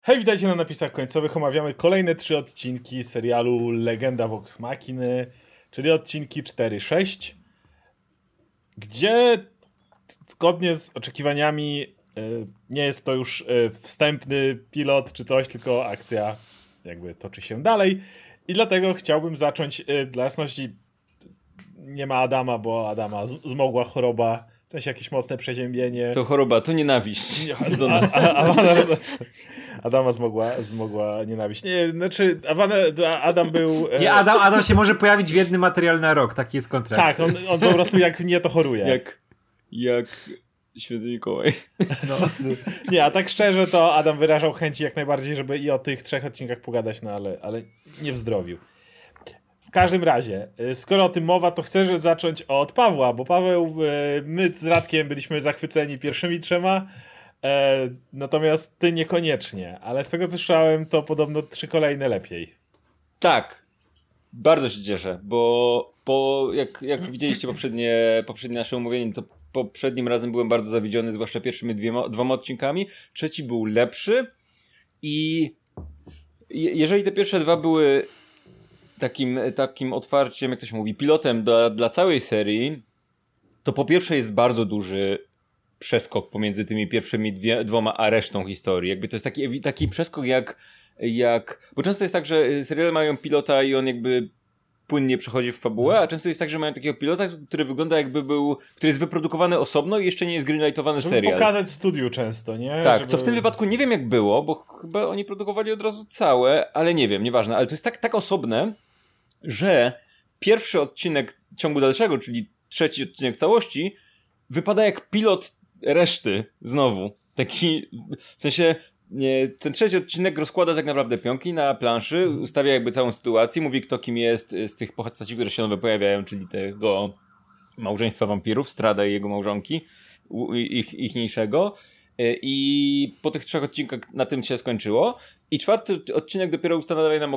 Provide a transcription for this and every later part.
Hej, witajcie na napisach końcowych. Omawiamy kolejne 3 odcinki serialu Legenda Vox Machiny, czyli odcinki 4-6, gdzie zgodnie z oczekiwaniami nie jest to już wstępny pilot czy coś, tylko akcja jakby toczy się dalej. I dlatego chciałbym zacząć, dla jasności nie ma Adama, bo Adama zmogła choroba, w sensie jakieś mocne przeziębienie. To choroba, to nienawiść do nas. Adama zmogła nienawiść. Nie, znaczy Adam był... Nie, Adam się może pojawić w jednym materiale na rok, taki jest kontrakt. Tak, on po prostu jak nie to choruje. Jak Święty Mikołaj. No. Nie, a tak szczerze to Adam wyrażał chęci jak najbardziej, żeby i o tych 3 odcinkach pogadać, no ale nie w zdrowiu. W każdym razie, skoro o tym mowa, to chcę zacząć od Pawła, bo Paweł, my z Radkiem byliśmy zachwyceni pierwszymi 3, natomiast ty niekoniecznie, ale z tego co słyszałem, to podobno 3 kolejne lepiej. Tak, bardzo się cieszę, bo jak widzieliście poprzednie nasze omówienie, to poprzednim razem byłem bardzo zawiedziony, zwłaszcza pierwszymi 2 odcinkami. Trzeci był lepszy i jeżeli te pierwsze 2 były takim otwarciem, jak to się mówi, pilotem dla całej serii, to po pierwsze jest bardzo duży przeskok pomiędzy tymi pierwszymi 2 a resztą historii. Jakby to jest taki przeskok bo często jest tak, że seriale mają pilota i on jakby płynnie przechodzi w fabułę, a często jest tak, że mają takiego pilota, który wygląda który jest wyprodukowany osobno i jeszcze nie jest greenlightowany żeby serial. Pokazać studiu często, nie? Tak, co w tym wypadku nie wiem jak było, bo chyba oni produkowali od razu całe, ale nie wiem, nieważne, ale to jest tak osobne, że pierwszy odcinek ciągu dalszego, czyli 3 odcinek całości, wypada jak pilot reszty znowu. Taki, w sensie ten 3 odcinek rozkłada tak naprawdę pionki na planszy, ustawia jakby całą sytuację, mówi kto kim jest z tych postaci, które się nowe pojawiają, czyli tego małżeństwa wampirów, Strada i jego małżonki, ichniejszego. I po tych 3 odcinkach na tym się skończyło. I 4 odcinek dopiero ustanawia nam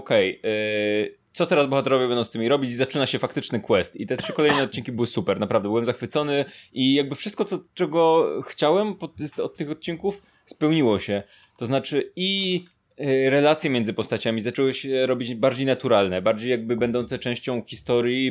co teraz bohaterowie będą z tymi robić i zaczyna się faktyczny quest. I te 3 kolejne odcinki były super, naprawdę. Byłem zachwycony i jakby wszystko, czego chciałem od tych odcinków spełniło się. To znaczy i relacje między postaciami zaczęły się robić bardziej naturalne, bardziej jakby będące częścią historii,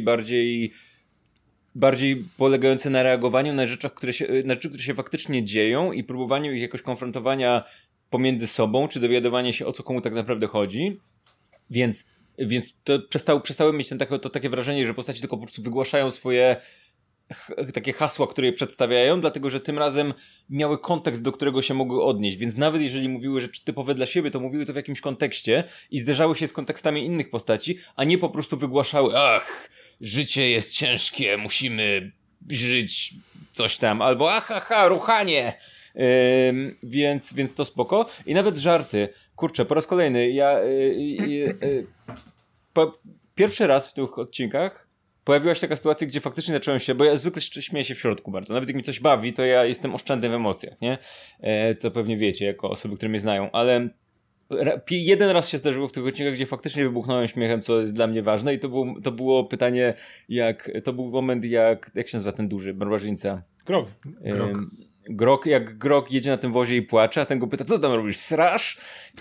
bardziej polegające na reagowaniu na rzeczy, które się faktycznie dzieją i próbowaniu ich jakoś konfrontowania pomiędzy sobą, czy dowiadywania się o co komu tak naprawdę chodzi. Więc to przestały mieć takie wrażenie, że postaci tylko po prostu wygłaszają swoje takie hasła, które je przedstawiają, dlatego że tym razem miały kontekst, do którego się mogły odnieść, więc nawet jeżeli mówiły rzeczy typowe dla siebie, to mówiły to w jakimś kontekście i zderzały się z kontekstami innych postaci, a nie po prostu wygłaszały życie jest ciężkie, musimy żyć coś tam, albo ruchanie! Więc to spoko. I nawet żarty. Kurczę, po raz kolejny pierwszy raz w tych odcinkach pojawiła się taka sytuacja, gdzie faktycznie zacząłem się, bo ja zwykle śmieję się w środku bardzo. Nawet jak mi coś bawi, to ja jestem oszczędny w emocjach, nie? To pewnie wiecie, jako osoby, które mnie znają, ale jeden raz się zdarzyło w tych odcinkach, gdzie faktycznie wybuchnąłem śmiechem, co jest dla mnie ważne i to było pytanie, to był moment jak się nazywa ten duży barbarzyńca? Grog. Jak Grog jedzie na tym wozie i płacze, a ten go pyta, co tam robisz, srasz?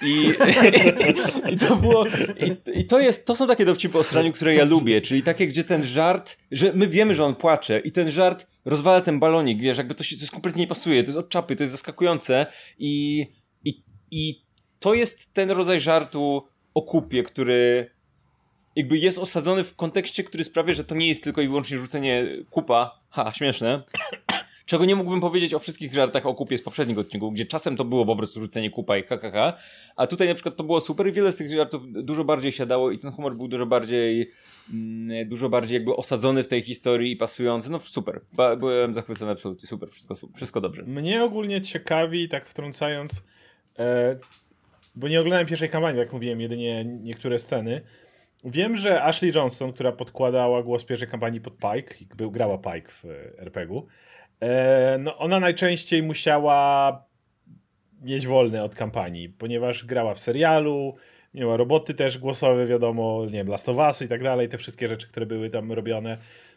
I to było... To są takie dowcipy o sraniu, które ja lubię, czyli takie, gdzie ten żart, że my wiemy, że on płacze i ten żart rozwala ten balonik, wiesz, jakby to jest kompletnie nie pasuje, to jest od czapy, to jest zaskakujące i to jest ten rodzaj żartu o kupie, który jakby jest osadzony w kontekście, który sprawia, że to nie jest tylko i wyłącznie rzucenie kupa, śmieszne, czego nie mógłbym powiedzieć o wszystkich żartach o kupie z poprzedniego odcinku, gdzie czasem to było po prostu rzucenie kupa i a tutaj na przykład to było super i wiele z tych żartów dużo bardziej siadało i ten humor był dużo bardziej jakby osadzony w tej historii i pasujący, no super. Byłem zachwycony absolutnie, super, wszystko dobrze. Mnie ogólnie ciekawi, tak wtrącając, bo nie oglądałem pierwszej kampanii, jak mówiłem, jedynie niektóre sceny. Wiem, że Ashley Johnson, która podkładała głos pierwszej kampanii pod Pike, grała Pike w RPG-u, no ona najczęściej musiała mieć wolne od kampanii, ponieważ grała w serialu, miała roboty też głosowe, wiadomo, nie wiem, Last of Us i tak dalej, te wszystkie rzeczy, które były tam robione.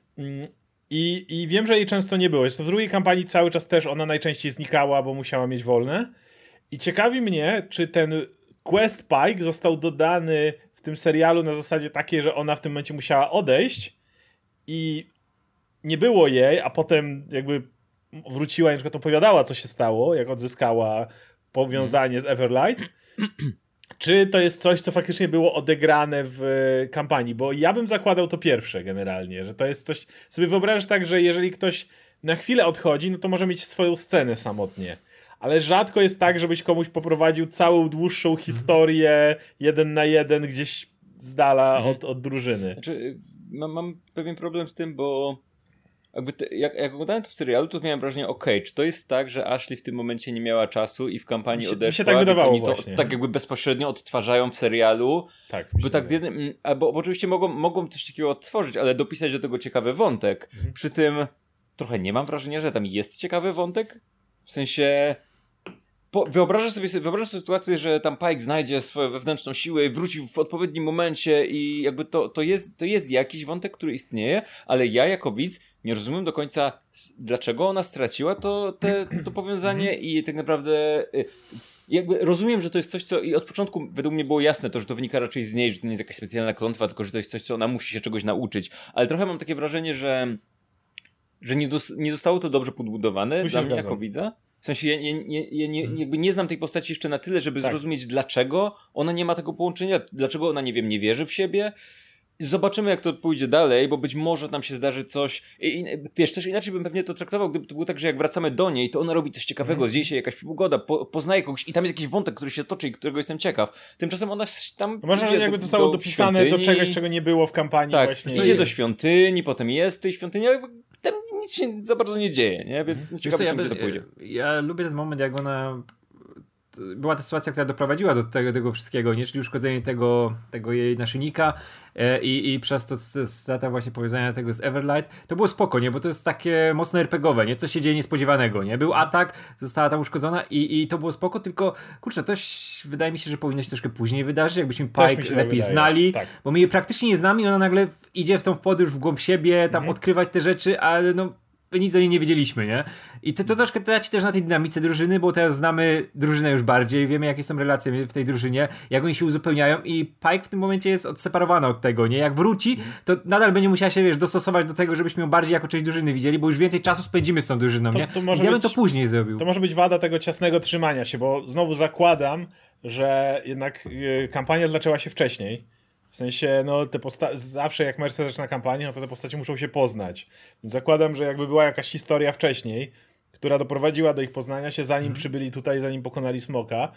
I wiem, że jej często nie było. Jest to w drugiej kampanii cały czas też ona najczęściej znikała, bo musiała mieć wolne. I ciekawi mnie, czy ten quest Pike został dodany w tym serialu na zasadzie takiej, że ona w tym momencie musiała odejść i nie było jej, a potem jakby wróciła i na przykład opowiadała, co się stało, jak odzyskała powiązanie z Everlight. Czy to jest coś, co faktycznie było odegrane w kampanii? Bo ja bym zakładał to pierwsze generalnie, że to jest coś... Sobie wyobrażasz tak, że jeżeli ktoś na chwilę odchodzi, no to może mieć swoją scenę samotnie. Ale rzadko jest tak, żebyś komuś poprowadził całą dłuższą historię 1 na 1 gdzieś z dala od drużyny. Znaczy, mam pewien problem z tym, bo jakby jak oglądałem to w serialu, to miałem wrażenie, czy to jest tak, że Ashley w tym momencie nie miała czasu i w kampanii odeszła, mi się tak wydawało oni to właśnie. tak jakby bezpośrednio odtwarzają w serialu. Tak. Bo tak z jednym, bo oczywiście mogą coś takiego odtworzyć, ale dopisać do tego ciekawy wątek. Przy tym trochę nie mam wrażenia, że tam jest ciekawy wątek. W sensie wyobrażasz sobie sytuację, że tam Pike znajdzie swoją wewnętrzną siłę i wróci w odpowiednim momencie i jakby to jest jakiś wątek, który istnieje, ale ja jako widz nie rozumiem do końca, dlaczego ona straciła to powiązanie i tak naprawdę jakby rozumiem, że to jest coś, co i od początku według mnie było jasne to, że to wynika raczej z niej, że to nie jest jakaś specjalna klątwa, tylko że to jest coś, co ona musi się czegoś nauczyć, ale trochę mam takie wrażenie, że nie zostało to dobrze podbudowane dla mnie jako widza. W sensie ja jakby nie znam tej postaci jeszcze na tyle, żeby zrozumieć, dlaczego ona nie ma tego połączenia, dlaczego ona, nie wierzy w siebie. Zobaczymy, jak to pójdzie dalej, bo być może tam się zdarzy coś. Wiesz, też inaczej bym pewnie to traktował, gdyby to było tak, że jak wracamy do niej, to ona robi coś ciekawego, dzieje się jakaś przygoda, poznaje kogoś i tam jest jakiś wątek, który się toczy i którego jestem ciekaw. Tymczasem ona tam może idzie jakby zostało dopisane do czegoś, czego nie było w kampanii. Tak, właśnie. idzie do świątyni, potem jest w tej świątyni, ale tam nic się za bardzo nie dzieje, nie? Więc ciekawe jestem, gdzie to pójdzie. Ja lubię ten moment, jak ona... Była ta sytuacja, która doprowadziła do tego wszystkiego, nie? Czyli uszkodzenie tego jej naszyjnika i przez to strata właśnie powiązania tego z Everlight. To było spoko, nie? Bo to jest takie mocno RPGowe, nie? Coś się dzieje niespodziewanego, nie? Był atak, została tam uszkodzona i to było spoko, tylko kurczę, to wydaje mi się, że powinno się troszkę później wydarzyć, jakbyśmy Pike lepiej znali, bo my jej praktycznie nie znamy i ona nagle idzie w tą podróż w głąb siebie, tam odkrywać te rzeczy, ale nic o niej nie wiedzieliśmy, nie? I to troszkę traci też na tej dynamice drużyny, bo teraz znamy drużynę już bardziej, wiemy jakie są relacje w tej drużynie, jak oni się uzupełniają i Pike w tym momencie jest odseparowany od tego, nie? Jak wróci, to nadal będzie musiała się, dostosować do tego, żebyśmy ją bardziej jako część drużyny widzieli, bo już więcej czasu spędzimy z tą drużyną, nie? Ja bym to później zrobił. To może być wada tego ciasnego trzymania się, bo znowu zakładam, że jednak kampania zaczęła się wcześniej. W sensie, zawsze jak Mercer zaczyna kampanię, to te postacie muszą się poznać. Więc zakładam, że jakby była jakaś historia wcześniej, która doprowadziła do ich poznania się, zanim przybyli tutaj, zanim pokonali Smoka.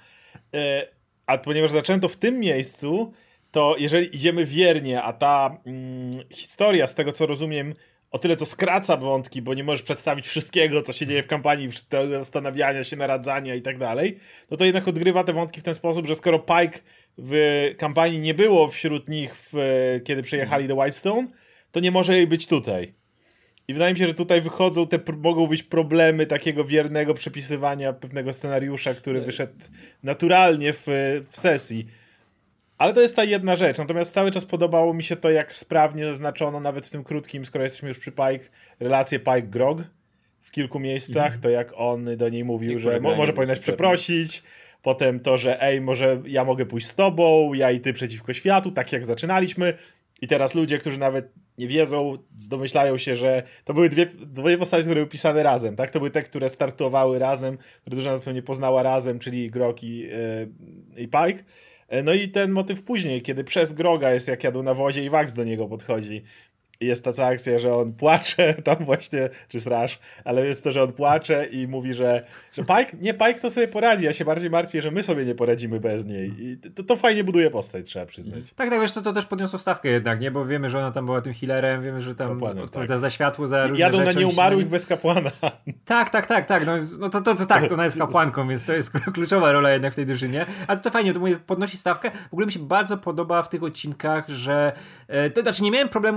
A ponieważ zaczęto w tym miejscu, to jeżeli idziemy wiernie, a ta historia, z tego co rozumiem, o tyle co skraca wątki, bo nie możesz przedstawić wszystkiego, co się dzieje w kampanii, zastanawiania się, naradzania i tak dalej, to jednak odgrywa te wątki w ten sposób, że skoro Pike w kampanii nie było wśród nich, kiedy przyjechali do Whitestone, to nie może jej być tutaj. I wydaje mi się, że tutaj wychodzą mogą być problemy takiego wiernego przepisywania pewnego scenariusza, który wyszedł naturalnie w sesji. Ale to jest ta jedna rzecz. Natomiast cały czas podobało mi się to, jak sprawnie zaznaczono, nawet w tym krótkim, skoro jesteśmy już przy Pike, relację Pike-Grog w kilku miejscach. To jak on do niej mówił, że może powinnaś przeprosić. Potem to, że może ja mogę pójść z tobą, ja i ty przeciwko światu, tak jak zaczynaliśmy. I teraz ludzie, którzy nawet nie wiedzą, domyślają się, że to były dwie postacie, które były pisane razem, tak? To były te, które startowały razem, które drużyna nas pewnie poznała razem, czyli Grog i Pike. No i ten motyw później, kiedy przez Groga jest, jak jadą na wozie i Vax do niego podchodzi. I jest ta cała akcja, że on płacze tam właśnie, czy Straż, ale jest to, że on płacze i mówi, że Pike to sobie poradzi, ja się bardziej martwię, że my sobie nie poradzimy bez niej. I to fajnie buduje postać, trzeba przyznać. Tak, wiesz, to też podniosło stawkę jednak, nie? Bo wiemy, że ona tam była tym healerem, wiemy, że tam odpowiada za światło, za różne jadą rzeczy. Na nieumarłych bez kapłana. Tak. To ona jest kapłanką, więc to jest kluczowa rola jednak w tej drużynie. A to fajnie, to podnosi stawkę. W ogóle mi się bardzo podoba w tych odcinkach, że to znaczy nie miałem problemu z tym, co było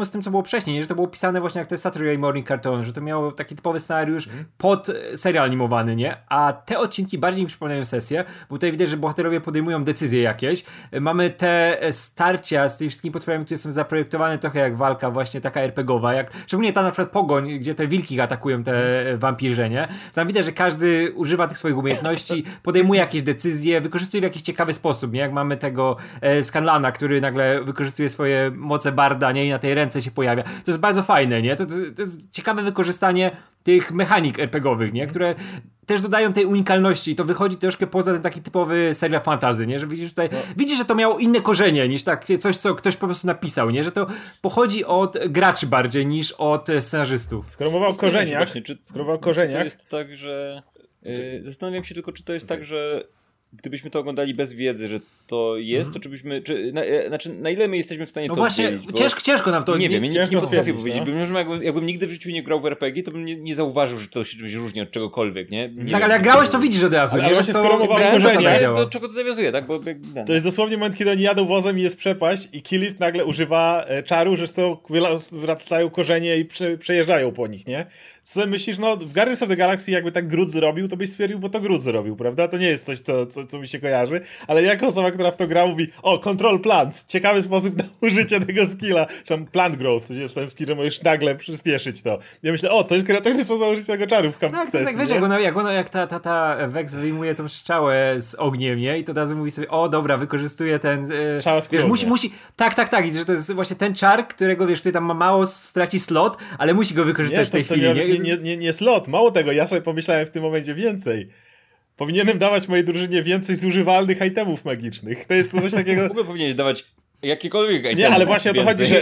wcześniej, nie? Że to było pisane właśnie jak te Saturday Morning Cartoon, że to miało taki typowy scenariusz pod serial animowany, nie? A te odcinki bardziej mi przypominają sesję, bo tutaj widać, że bohaterowie podejmują decyzje jakieś. Mamy te starcia z tymi wszystkimi potworami, które są zaprojektowane trochę jak walka właśnie taka RPGowa, jak szczególnie ta na przykład pogoń, gdzie te wilki atakują te wampirze, nie? Tam widać, że każdy używa tych swoich umiejętności, podejmuje jakieś decyzje, wykorzystuje w jakiś ciekawy sposób, nie? Jak mamy tego Scanlana, który nagle wykorzystuje swoje moce barda, nie? I na tej ręce się pojawia. To jest bardzo fajne, nie? To jest ciekawe wykorzystanie tych mechanik RPGowych, nie? Które też dodają tej unikalności i to wychodzi troszkę poza ten taki typowy serial fantasy, nie? Że widzisz tutaj, widzisz, że to miało inne korzenie niż tak coś, co ktoś po prostu napisał, nie? Że to pochodzi od graczy bardziej niż od scenarzystów. Skoro mowa o korzeniach, właśnie, czy to jest tak, że zastanawiam się tylko, czy to jest tak, że gdybyśmy to oglądali bez wiedzy, że to jest, to czy byśmy, znaczy na ile my jesteśmy w stanie to właśnie, oddzielić, ciężko nam to... Nie wiem, nie potrafię powiedzieć, no. jakbym nigdy w życiu nie grał w RPG, to bym nie zauważył, że to się czymś różni od czegokolwiek, nie? Tak, ale jak grałeś, to widzisz od razu, ale nie? właśnie Że skoro mowa o korzeniach, do czego to nawiązuje, tak? Bo to jest dosłownie moment, kiedy oni jadą wozem i jest przepaść i Killif nagle używa czaru, że to wracają korzenie i przejeżdżają po nich, nie? Co myślisz, no w Guardians of the Galaxy jakby tak Groot zrobił, to byś stwierdził, bo to Groot zrobił, prawda? To nie jest coś, co mi się kojarzy, ale jako osoba, która w to gra, mówi, o, control plant, ciekawy sposób na użycie tego skilla, czy tam plant growth, to jest ten skill, że możesz nagle przyspieszyć to. Ja myślę, o, to jest kreatywny sposób na użycie tego czaru w sesji, tak, wiesz, jak ta Vex wyjmuje tą strzałę z ogniem, nie? I to od razu mówi sobie, o, dobra, wykorzystuje ten... Strzała z wiesz, musi... Tak, że to jest właśnie ten czar, którego, wiesz, tutaj tam ma mało, straci slot, ale musi go wykorzystać w tej chwili, nie slot, mało tego, ja sobie pomyślałem w tym momencie więcej. Powinienem dawać mojej drużynie więcej zużywalnych itemów magicznych. To jest to coś takiego... W ogóle powinieneś dawać jakiekolwiek itemy. Nie, ale właśnie o to chodzi,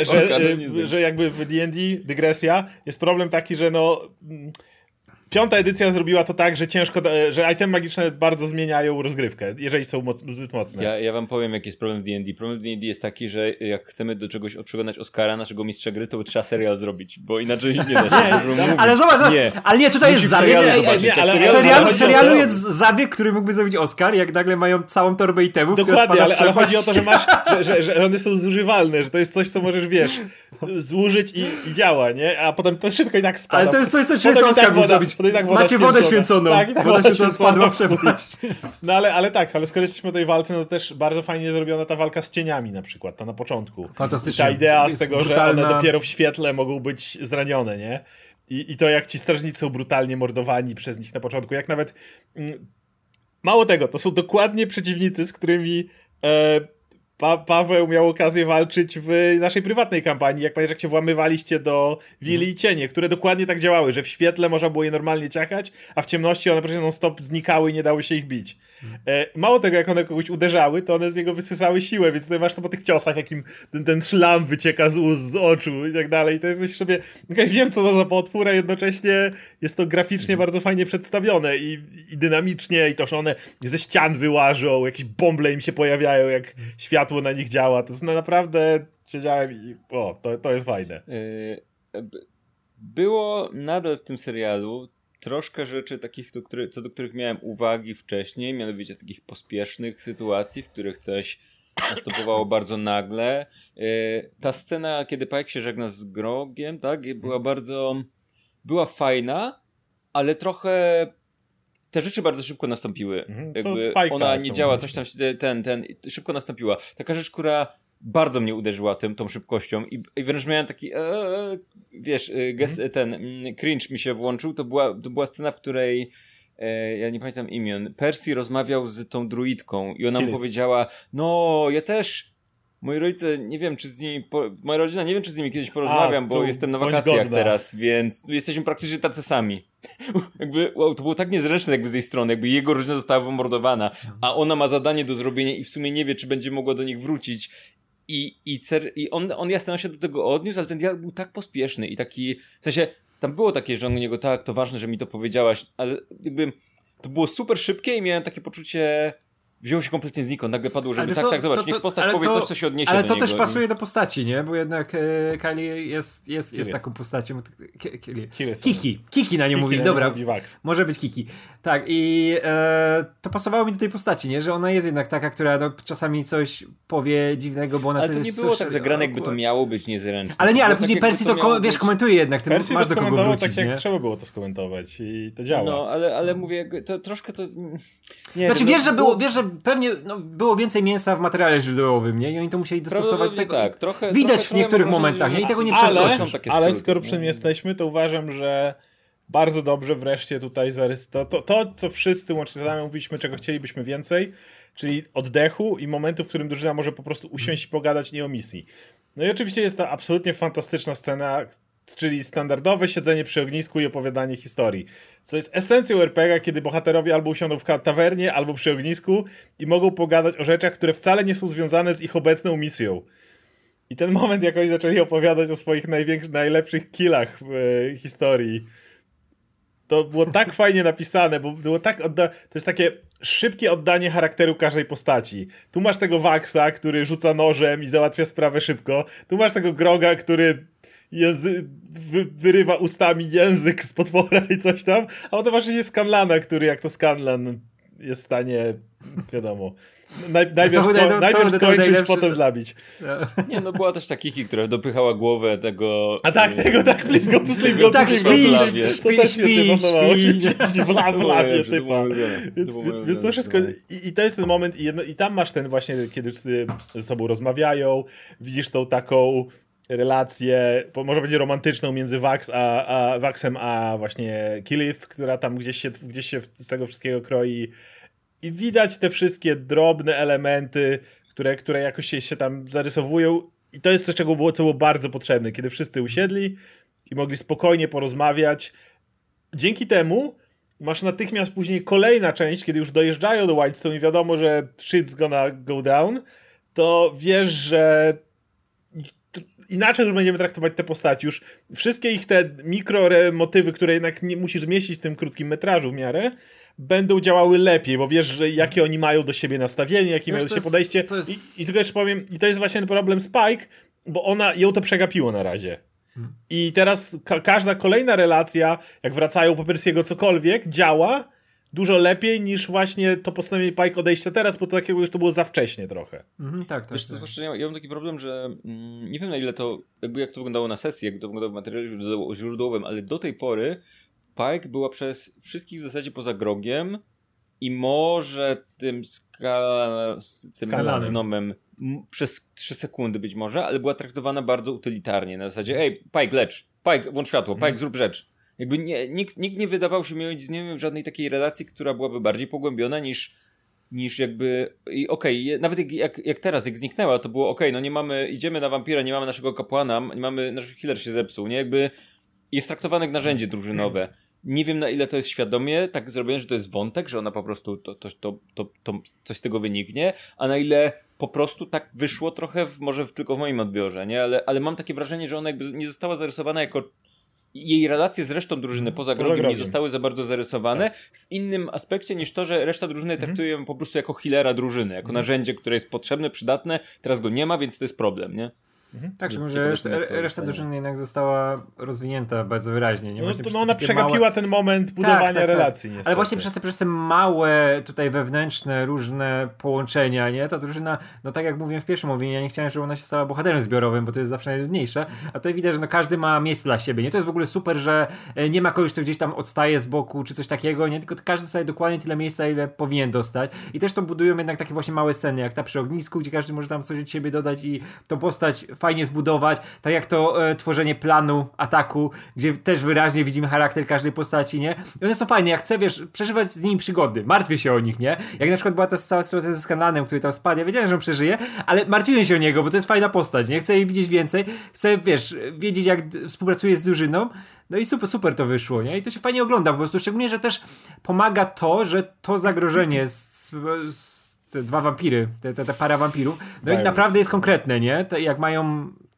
że jakby w D&D, dygresja, jest problem taki, że no... Piąta edycja zrobiła to tak, że że itemy magiczne bardzo zmieniają rozgrywkę, jeżeli są zbyt mocne. Ja wam powiem, jaki jest problem w D&D. Problem w D&D jest taki, że jak chcemy do czegoś przekonać Oscara, naszego mistrza gry, to trzeba serial zrobić, bo inaczej nie da się dużo mówić. Ale zobacz, ale nie, tutaj jest zabieg. W serialu jest zabieg, który mógłby zrobić Oscar, jak nagle mają całą torbę itemów. Dokładnie, ale chodzi o to, że masz, że one są zużywalne, że to jest coś, co możesz, wiesz, zużyć i działa, nie? A potem to wszystko i tak spada. Ale to jest coś, co człowiek Oscar mógł zrobić. Macie wodę święconą. Tak, i tak woda święcona spadła w przepaść. No ale skoro jesteśmy o tej walce, no to też bardzo fajnie zrobiona ta walka z cieniami na przykład, ta na początku. Fantastycznie. Ta idea z tego, brutalna. że one dopiero w świetle mogą być zranione, nie? I to jak ci strażnicy są brutalnie mordowani przez nich na początku, jak nawet... Mało tego, to są dokładnie przeciwnicy, z którymi... Paweł miał okazję walczyć w naszej prywatnej kampanii, jak pamiętasz, jak się włamywaliście do Willi i Cienie, które dokładnie tak działały, że w świetle można było je normalnie ciachać, a w ciemności one przecież non-stop znikały i nie dało się ich bić. Mało tego, jak one kogoś uderzały, to one z niego wysysały siłę, więc tutaj masz to po tych ciosach, jakim ten szlam wycieka z ust, z oczu i tak dalej. I to jest myślę sobie, wiem co to za potwór, a jednocześnie jest to graficznie bardzo fajnie przedstawione i dynamicznie, i to, że one ze ścian wyłażą, jakieś bąble im się pojawiają, jak światło na nich działa. To jest naprawdę... Siedziałem i... to jest fajne. Było nadal w tym serialu troszkę rzeczy takich, co do których miałem uwagi wcześniej, mianowicie takich pospiesznych sytuacji, w których coś następowało bardzo nagle. Ta scena, kiedy Pike się żegna z Grogiem, tak, była fajna, ale trochę te rzeczy bardzo szybko nastąpiły. Jakby ona nie działa, coś tam szybko nastąpiła. Taka rzecz, która bardzo mnie uderzyła tą szybkością i wręcz miałem taki wiesz, cringe mi się włączył. To była scena, w której ja nie pamiętam imion. Percy rozmawiał z tą druidką i ona mu powiedziała, no ja też moja rodzina, nie wiem, czy z nimi kiedyś porozmawiam, bo jestem na wakacjach teraz, więc jesteśmy praktycznie tacy sami. Jakby, wow, to było tak niezręczne jakby z jej strony, jakby jego rodzina została wymordowana, a ona ma zadanie do zrobienia i w sumie nie wie, czy będzie mogła do nich wrócić. I on jasno się do tego odniósł, ale ten dialog był tak pospieszny i taki, w sensie, tam było takie, że on u niego, tak, to ważne, że mi to powiedziałaś, ale jakby to było super szybkie i miałem takie poczucie, wziął się kompletnie znikąd, nagle padło, żeby Ale tak, zobacz, niech postać powie coś, co się odniesie ale do to niego. też pasuje do postaci, nie? Bo jednak Kylie jest taką postacią. Kiki na nią mówili, dobra. Może być Kiki. Tak, i to pasowało mi do tej postaci, nie? Że ona jest jednak taka, która no, czasami coś powie dziwnego, bo ona ale to nie było tak zagrane, jakby to miało być niezręczne. Ale później Percy to wiesz, komentuje jednak, ty Percy masz do kogo wrócić, tak nie? jak trzeba było to skomentować i to działa. No, ale mówię, to troszkę to... Nie, znaczy wiesz, że pewnie było więcej mięsa w materiale źródłowym, nie? I oni to musieli dostosować tego. Tak, trochę, widać w niektórych momentach, nie? I tego nie przeskoczysz. Ale skoro przy tym jesteśmy, to uważam, że bardzo dobrze wreszcie tutaj to, co wszyscy łącznie z nami mówiliśmy, czego chcielibyśmy więcej, czyli oddechu i momentu, w którym drużyna może po prostu usiąść i pogadać nie o misji. No i oczywiście jest to absolutnie fantastyczna scena, czyli standardowe siedzenie przy ognisku i opowiadanie historii. Co jest esencją RPG, kiedy bohaterowie albo usiądą w tawernie, albo przy ognisku i mogą pogadać o rzeczach, które wcale nie są związane z ich obecną misją. I ten moment, jak oni zaczęli opowiadać o swoich najlepszych killach w historii, to było tak fajnie napisane, bo było tak to jest takie szybkie oddanie charakteru każdej postaci. Tu masz tego Vaxa, który rzuca nożem i załatwia sprawę szybko. Tu masz tego Groga, który wyrywa ustami język z potwora i coś tam. A potem masz jeszcze Scanlana, który jak to Scanlan jest w stanie, wiadomo, najpierw skończyć, potem zabić. Nie, no była też ta Kiki, która dopychała głowę tego... A tak, please go to sleep, go to sleep. Śpi. Więc to wszystko... I to jest ten moment i tam masz ten właśnie, kiedy ze sobą rozmawiają, widzisz tą taką relację, może będzie romantyczną między Vaxem a właśnie Killith, która tam gdzieś się z tego wszystkiego kroi. I widać te wszystkie drobne elementy, które jakoś się tam zarysowują. I to jest coś, co było bardzo potrzebne, kiedy wszyscy usiedli i mogli spokojnie porozmawiać. Dzięki temu masz natychmiast później kolejna część, kiedy już dojeżdżają do Whitestone i wiadomo, że shit's gonna go down, to wiesz, że inaczej już będziemy traktować te postaci. Już wszystkie ich te mikromotywy, które jednak nie musisz zmieścić w tym krótkim metrażu w miarę, będą działały lepiej, bo wiesz, że jakie oni mają do siebie nastawienie, jakie mają do siebie podejście. I tylko jeszcze powiem, i to jest właśnie ten problem Spike, bo ją to przegapiło na razie. I teraz każda kolejna relacja, jak wracają po Percy'ego cokolwiek, działa dużo lepiej niż właśnie to postanowienie Pike odejścia teraz, bo to takiego już to było za wcześnie trochę. Tak. Wiesz, zwłaszcza ja mam taki problem, że nie wiem na ile to, jak to wyglądało na sesji, jak to wyglądało w materiale źródłowym, ale do tej pory Pike była przez wszystkich w zasadzie poza Grogiem i może tym Nomem przez 3 sekundy być może, ale była traktowana bardzo utylitarnie. Na zasadzie, ej, Pike, lecz, Pike, włącz światło, Pike, zrób rzecz. Jakby nikt nie wydawał się mieć z nią żadnej takiej relacji, która byłaby bardziej pogłębiona niż jakby... I okej, nawet jak teraz, jak zniknęła, to było okej, no nie mamy, idziemy na wampira, nie mamy naszego kapłana, nie mamy, nasz healer się zepsuł, nie? Jakby jest traktowany jak narzędzie drużynowe. Nie wiem, na ile to jest świadomie tak zrobione, że to jest wątek, że ona po prostu to coś z tego wyniknie, a na ile po prostu tak wyszło trochę, może tylko w moim odbiorze, nie? Ale mam takie wrażenie, że ona jakby nie została zarysowana jako... Jej relacje z resztą drużyny poza Grogiem nie zostały za bardzo zarysowane w innym aspekcie niż to, że reszta drużyny traktuje ją po prostu jako healera drużyny, jako narzędzie, które jest potrzebne, przydatne, teraz go nie ma, więc to jest problem, nie? Tak, że reszta drużyny jednak została rozwinięta bardzo wyraźnie. Nie? No ona przegapiła ten moment budowania relacji. Niestety. Ale właśnie przez te małe tutaj wewnętrzne różne połączenia, nie? Ta drużyna, no tak jak mówiłem w pierwszym mówieniu, ja nie chciałem, żeby ona się stała bohaterem zbiorowym, bo to jest zawsze najtrudniejsze, a tutaj widać, że no każdy ma miejsce dla siebie, nie? To jest w ogóle super, że nie ma kogoś, kto gdzieś tam odstaje z boku, czy coś takiego, nie? Tylko każdy dostaje dokładnie tyle miejsca, ile powinien dostać. I też to budują jednak takie właśnie małe sceny, jak ta przy ognisku, gdzie każdy może tam coś od siebie dodać i tą postać fajnie zbudować, tak jak to tworzenie planu ataku, gdzie też wyraźnie widzimy charakter każdej postaci, nie? I one są fajne, jak chcę, wiesz, przeżywać z nimi przygody, martwię się o nich, nie? Jak na przykład była ta cała sytuacja ze Scanlanem, który tam spadł, ja wiedziałem, że on przeżyje, ale martwiłem się o niego, bo to jest fajna postać, nie? Chcę jej widzieć więcej, chcę, wiesz, wiedzieć, jak współpracuje z drużyną, no i super to wyszło, nie? I to się fajnie ogląda po prostu, szczególnie, że też pomaga to, że to zagrożenie te 2 wampiry, ta para wampirów, no i naprawdę jest konkretne, nie? Jak mają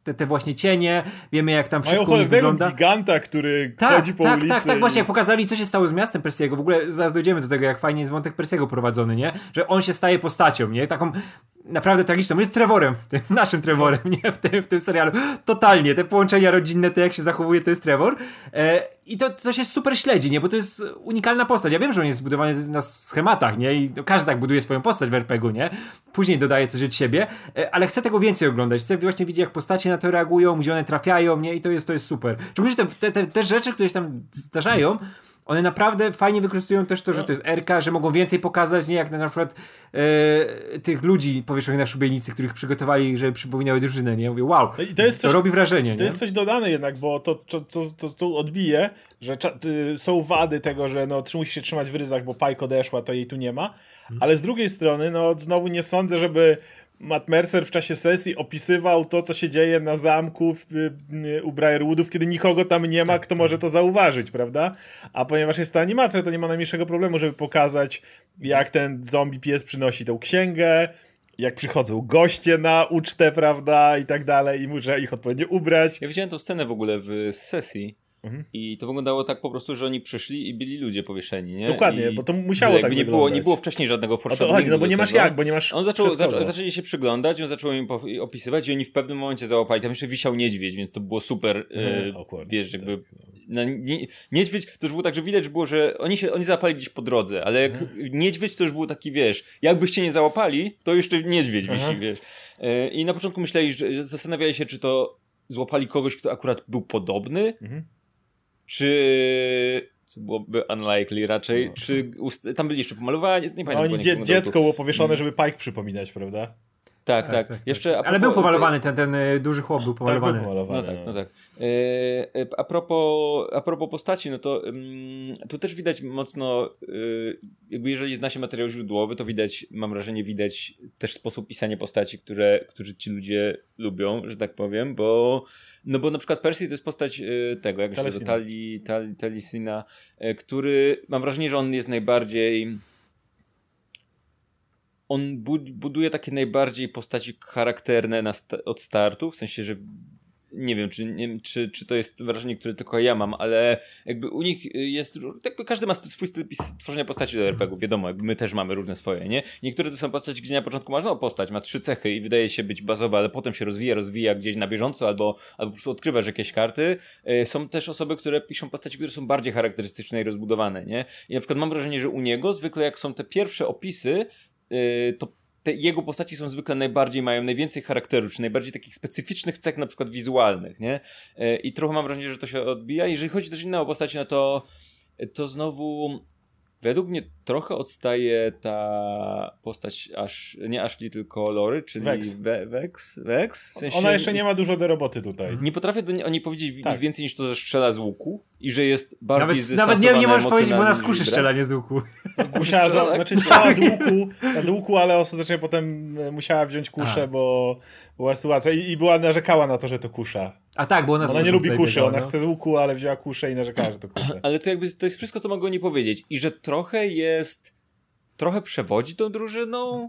te właśnie cienie, wiemy jak tam Mają wszystko u nich wygląda. giganta, który chodzi po ulicy. Tak, właśnie jak pokazali, co się stało z miastem Persiego. W ogóle zaraz dojdziemy do tego, jak fajnie jest wątek Persiego prowadzony, nie? Że on się staje postacią, nie? Taką naprawdę tragiczną. Jest Trevorem, naszym Trevorem, nie? W tym serialu. Totalnie. Te połączenia rodzinne, to jak się zachowuje, to jest Trevor. I to się super śledzi, nie? Bo to jest unikalna postać. Ja wiem, że on jest zbudowany na schematach, nie? I każdy tak buduje swoją postać w RPG-u, nie? Później dodaje coś od siebie, ale chcę tego więcej oglądać. Chcę właśnie widzieć, jak postacie na to reagują, gdzie one trafiają, nie? I to jest super. Szczególnie, że te rzeczy, które się tam zdarzają, one naprawdę fajnie wykorzystują też to, że to jest RK, że mogą więcej pokazać, nie? Jak na przykład tych ludzi powieszonych na szubienicy, których przygotowali, żeby przypominały drużynę, nie? Mówię, wow, I to jest coś, robi wrażenie, to jest coś dodane jednak, bo to odbije, że są wady tego, że musi się trzymać w ryzach, bo Pike odeszła, to jej tu nie ma, ale z drugiej strony, znowu nie sądzę, żeby Matt Mercer w czasie sesji opisywał to, co się dzieje na zamku u Briarwoodów, kiedy nikogo tam nie ma, kto może to zauważyć, prawda? A ponieważ jest to animacja, to nie ma najmniejszego problemu, żeby pokazać, jak ten zombie pies przynosi tą księgę, jak przychodzą goście na ucztę, prawda, i tak dalej, i muszę ich odpowiednio ubrać. Ja widziałem tą scenę w ogóle w sesji. I to wyglądało tak po prostu, że oni przyszli i byli ludzie powieszeni, nie? Dokładnie, bo to musiało tak wyglądać. Nie było wcześniej żadnego foreshadowingu. Bo nie masz bo nie masz. Zaczęli się przyglądać, on zaczął im opisywać i oni w pewnym momencie załapali. Tam jeszcze wisiał niedźwiedź, więc to było super, wiesz, jakby... Niedźwiedź, to już było tak, że widać było, że oni załapali gdzieś po drodze, ale jak niedźwiedź to już było taki, wiesz, jakbyście nie załapali, to jeszcze niedźwiedź wisi, wiesz. I na początku myśleli, że zastanawiali się, czy to złapali kogoś, kto akurat był podobny, czy... Co byłoby unlikely raczej, czy tam byli jeszcze pomalowani, nie pamiętam. Dziecko było powieszone, żeby Pike przypominać, prawda? Tak. Jeszcze, ale był pomalowany, ten duży chłop był pomalowany. Tak, był pomalowany. No tak. A propos postaci, no to tu też widać mocno, jakby jeżeli zna się materiał źródłowy, to widać, mam wrażenie, widać też sposób pisania postaci, którzy ci ludzie lubią, że tak powiem, bo na przykład Percy to jest postać tego, jak się nazywa, Taliesin'a, który, mam wrażenie, że on jest najbardziej... On buduje takie najbardziej postaci charakterne od startu, w sensie, że nie wiem, czy to jest wrażenie, które tylko ja mam, ale jakby u nich jest, jakby każdy ma swój styl tworzenia postaci do RPG-ów, wiadomo, jakby my też mamy różne swoje, nie? Niektóre to są postaci, gdzie na początku masz, postać ma 3 cechy i wydaje się być bazowa, ale potem się rozwija gdzieś na bieżąco, albo po prostu odkrywasz jakieś karty. Są też osoby, które piszą postaci, które są bardziej charakterystyczne i rozbudowane, nie? I na przykład mam wrażenie, że u niego zwykle jak są te pierwsze opisy, to te jego postaci są zwykle mają najwięcej charakteru, czy najbardziej takich specyficznych cech, na przykład wizualnych, nie? I trochę mam wrażenie, że to się odbija. Jeżeli chodzi też inne o postaci, no to znowu według mnie trochę odstaje ta postać, nie Ashley, tylko Lori, czyli Vex. W sensie, ona jeszcze nie ma dużo do roboty tutaj. Nie potrafię o niej powiedzieć nic więcej niż to, że strzela z łuku i że jest bardziej zdystansowana. Nawet nie możesz powiedzieć, bo na skuszy strzelanie z łuku. Strzela z łuku, ale ostatecznie potem musiała wziąć kuszę, bo była sytuacja i była narzekała na to, że to kusza. A tak, bo ona nie lubi kuszy, ona chce z łuku, ale wzięła kuszę i narzekała, że to kusza. Ale to jakby to jest wszystko, co mogę o niej powiedzieć. I że trochę przewodzi tą drużyną,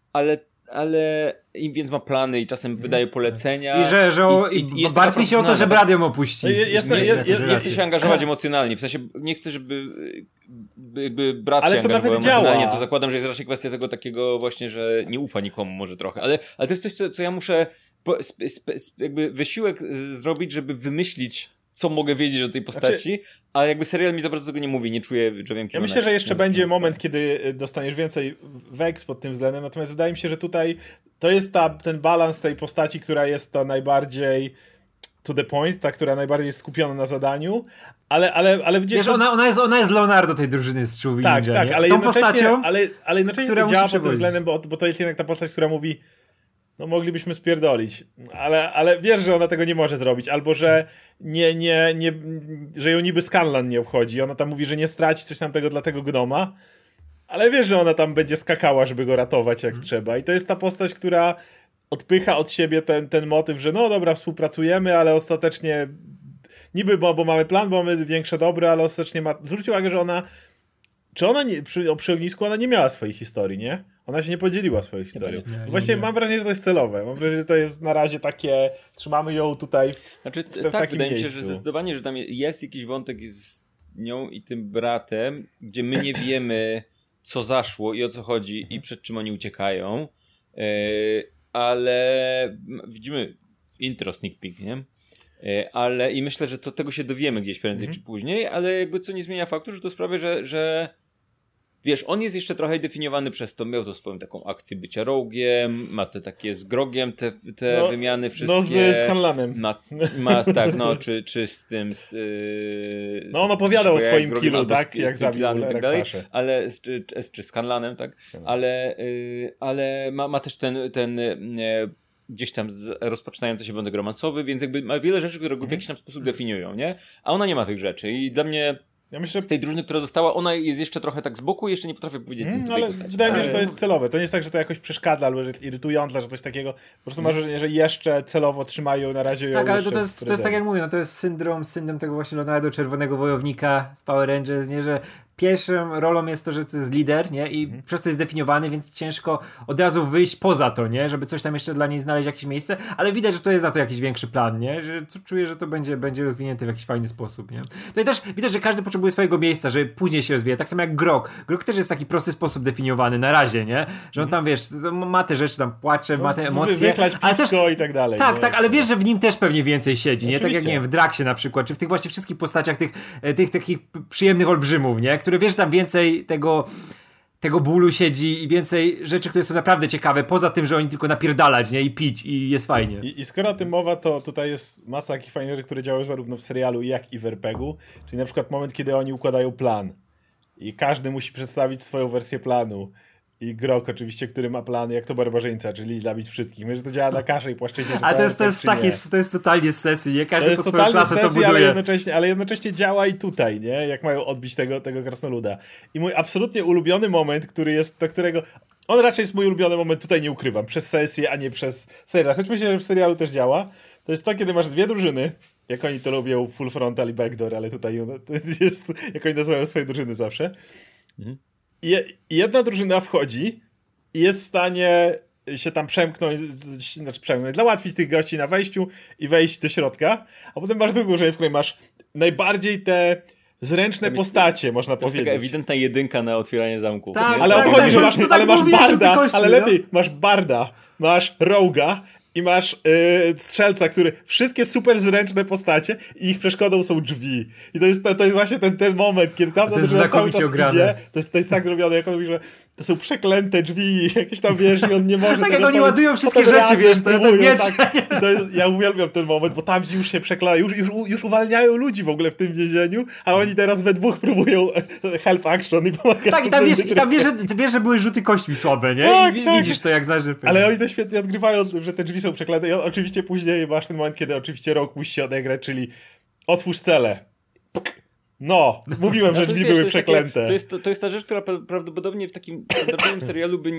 ale więc ma plany i czasem wydaje polecenia. I że martwi się o to, żeby Radium opuści. Nie chce się angażować emocjonalnie. W sensie nie chce, żeby brat się angażował emocjonalnie. To zakładam, że jest raczej kwestia tego takiego właśnie, że nie ufa nikomu może trochę. Ale to jest coś, co ja muszę jakby wysiłek zrobić, żeby wymyślić, co mogę wiedzieć o tej postaci, a jakby serial mi za bardzo tego nie mówi, nie czuję, że wiem, kim ja myślę, że jeszcze będzie moment, kiedy dostaniesz więcej Vex pod tym względem, natomiast wydaje mi się, że tutaj to jest ten balans tej postaci, która jest ta najbardziej to the point, ta, która najbardziej jest skupiona na zadaniu, ale wiesz, ona jest Leonardo tej drużyny z Czuwi. Tak, ale tą postacią, ale jednocześnie to działa pod tym względem, bo to jest jednak ta postać, która mówi, no moglibyśmy spierdolić, ale wiesz, że ona tego nie może zrobić, albo że że ją niby Scanlan nie obchodzi, ona tam mówi, że nie straci coś tam tego dla tego gnoma, ale wiesz, że ona tam będzie skakała, żeby go ratować jak trzeba i to jest ta postać, która odpycha od siebie ten motyw, że no dobra, współpracujemy, ale ostatecznie niby, bo mamy plan, bo mamy większe dobro, ale ostatecznie zwróć uwagę, że ona przy ognisku ona nie miała swojej historii, nie? Ona się nie podzieliła swoją historią. Nie. Właściwie mam wrażenie, że to jest celowe. Mam wrażenie, że to jest na razie takie, trzymamy ją tutaj w tak, takim wydaje mi się, miejscu. że zdecydowanie, że tam jest jakiś wątek z nią i tym bratem, gdzie my nie wiemy, co zaszło i o co chodzi i przed czym oni uciekają, ale widzimy w intro sneak peek, nie? Ale i myślę, że tego się dowiemy gdzieś prędzej czy później, ale jakby co nie zmienia faktu, że to sprawia, że wiesz, on jest jeszcze trochę definiowany przez to, miał to swoją taką akcję bycia rogue'iem, ma te takie z grogiem te wymiany wszystkie. No z Hanlanem. Ma tak, no, czy z tym no on opowiadał o swoim killu, tak? Jak zabił Rexaszę. Ale czy z Hanlanem, tak? Ale ma też ten gdzieś tam rozpoczynający się wątek romansowy, więc jakby ma wiele rzeczy, które go w jakiś tam sposób definiują, nie? A ona nie ma tych rzeczy i dla mnie ja myślę, z tej drużyny, która została, ona jest jeszcze trochę tak z boku i jeszcze nie potrafię powiedzieć nic o tej postaci. Wydaje mi się, że to jest celowe. To nie jest tak, że to jakoś przeszkadza albo że jest irytujące, że coś takiego. Po prostu mam wrażenie, że jeszcze celowo trzymają na razie ją. Tak, ale to jest tak jak mówię, no to jest syndrom tego właśnie Leonardo, Czerwonego Wojownika z Power Rangers, nie, że pierwszą rolą jest to, że to jest lider, nie? I przez to jest zdefiniowany, więc ciężko od razu wyjść poza to, nie? Żeby coś tam jeszcze dla niej znaleźć jakieś miejsce, ale widać, że to jest na to jakiś większy plan, nie? Że czuję, że to będzie rozwinięte w jakiś fajny sposób, nie? No i też widać, że każdy potrzebuje swojego miejsca, żeby później się rozwija. Tak samo jak Grog. Grog też jest w taki prosty sposób definiowany na razie, nie? Że on tam, wiesz, ma te rzeczy, tam płacze, ma te emocje. Ale też i tak dalej. Tak, nie? Tak, ale wiesz, że w nim też pewnie więcej siedzi, nie? Oczywiście. Tak jak, nie wiem, w Draxie na przykład, czy w tych właśnie wszystkich postaciach tych takich przyjemnych olbrzymów, nie? Które wiesz, tam więcej tego bólu siedzi i więcej rzeczy, które są naprawdę ciekawe, poza tym, że oni tylko napierdalać, nie? I pić i jest fajnie. I skoro o tym mowa, to tutaj jest masa takich fajnych rzeczy, które działają zarówno w serialu, jak i w RPG-u. Czyli na przykład moment, kiedy oni układają plan i każdy musi przedstawić swoją wersję planu. I Grog oczywiście, który ma plan jak to barbarzyńca, czyli zabić wszystkich. Myślę, że to działa na każdej płaszczyźnie. A to jest totalnie z sesji, nie? Każdy to po swoją klasę to buduje. Ale jednocześnie działa i tutaj, nie? Jak mają odbić tego krasnoluda. I mój absolutnie ulubiony moment, który jest, do którego... On raczej jest mój ulubiony moment, tutaj nie ukrywam, przez sesję, a nie przez serial. Choć myślę, że w serialu też działa. To jest to, kiedy masz dwie drużyny, jak oni to lubią, full frontal i backdoor, ale tutaj to jest, jak oni nazywają swoje drużyny zawsze. I jedna drużyna wchodzi i jest w stanie się tam przemknąć, załatwić tych gości na wejściu i wejść do środka, a potem masz drugą drużynę, w której masz najbardziej te zręczne postacie, można powiedzieć. To jest taka ewidentna jedynka na otwieranie zamków. Tak, ale o to chodzi, że masz barda, ale lepiej, masz barda, masz roga i masz strzelca, który wszystkie super zręczne postacie i ich przeszkodą są drzwi. I to jest właśnie ten moment, kiedy tam to jest znakomicie ograne. To jest tak zrobione, jak on mówi, że to są przeklęte drzwi jakieś tam, wiesz, i on nie może... Tak jak oni ładują wszystkie rzeczy, wiesz, ten miecz. Tak, ja uwielbiam ten moment, bo tam już się przekladają, już uwalniają ludzi w ogóle w tym więzieniu, a oni teraz we dwóch próbują help action i pomagają. Tak, i tam wiesz, że były rzuty kośćmi słabe, nie? Tak, I widzisz to jak znaczy. Ale oni to świetnie odgrywają, że te drzwi są przeklęte i oczywiście później masz ten moment, kiedy oczywiście Rogue musi się odegrać, czyli otwórz cele. No, mówiłem, że drzwi były przeklęte. To jest ta rzecz, która prawdopodobnie w takim standardowym serialu by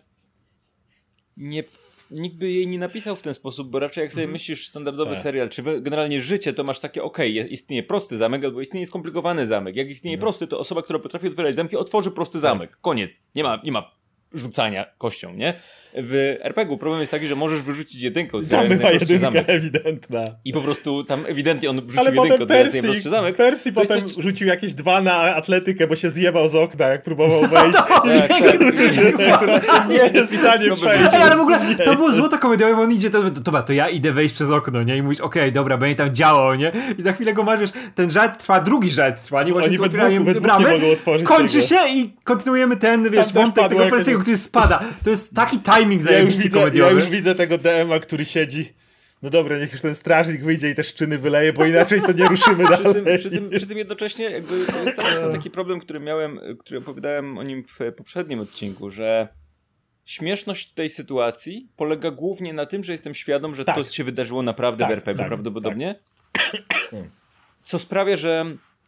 nikt by jej nie napisał w ten sposób, bo raczej jak sobie myślisz standardowy serial, czy generalnie życie, to masz takie istnieje prosty zamek, albo istnieje skomplikowany zamek. Jak istnieje prosty, to osoba, która potrafi otwierać zamki, otworzy prosty zamek. Koniec. Nie ma rzucania kością, nie? W RPG-u problem jest taki, że możesz wyrzucić jedynkę, otwierając najprostszy zamek. Ewidentna. I po prostu tam ewidentnie on wrzucił jedynkę, otwierając najprostszy zamek. Percy potem rzucił jakieś 2 na atletykę, bo się zjebał z okna, jak próbował wejść. Nie jest w stanie przejść. Ale w ogóle to było złoto komediowe, bo on idzie, to ja idę wejść przez okno, nie? I mówisz, okej, dobra, będzie tam działo, nie? I za chwilę go masz, wiesz, ten żart trwa, drugi żart trwa, nie? Właśnie otwierają bramę, kończy się i kontynuujemy ten, wiesz, wątek tego Percy'ego, który spada. To jest taki timing zajebisty komediowy. Ja już widzę tego DM-a, który siedzi. No dobra, niech już ten strażnik wyjdzie i te szczyny wyleje, bo inaczej to nie ruszymy dalej. Przy tym jednocześnie jakby to jest cały taki problem, który opowiadałem o nim w poprzednim odcinku, że śmieszność tej sytuacji polega głównie na tym, że jestem świadom, że to się wydarzyło naprawdę w RPG prawdopodobnie. Co sprawia, że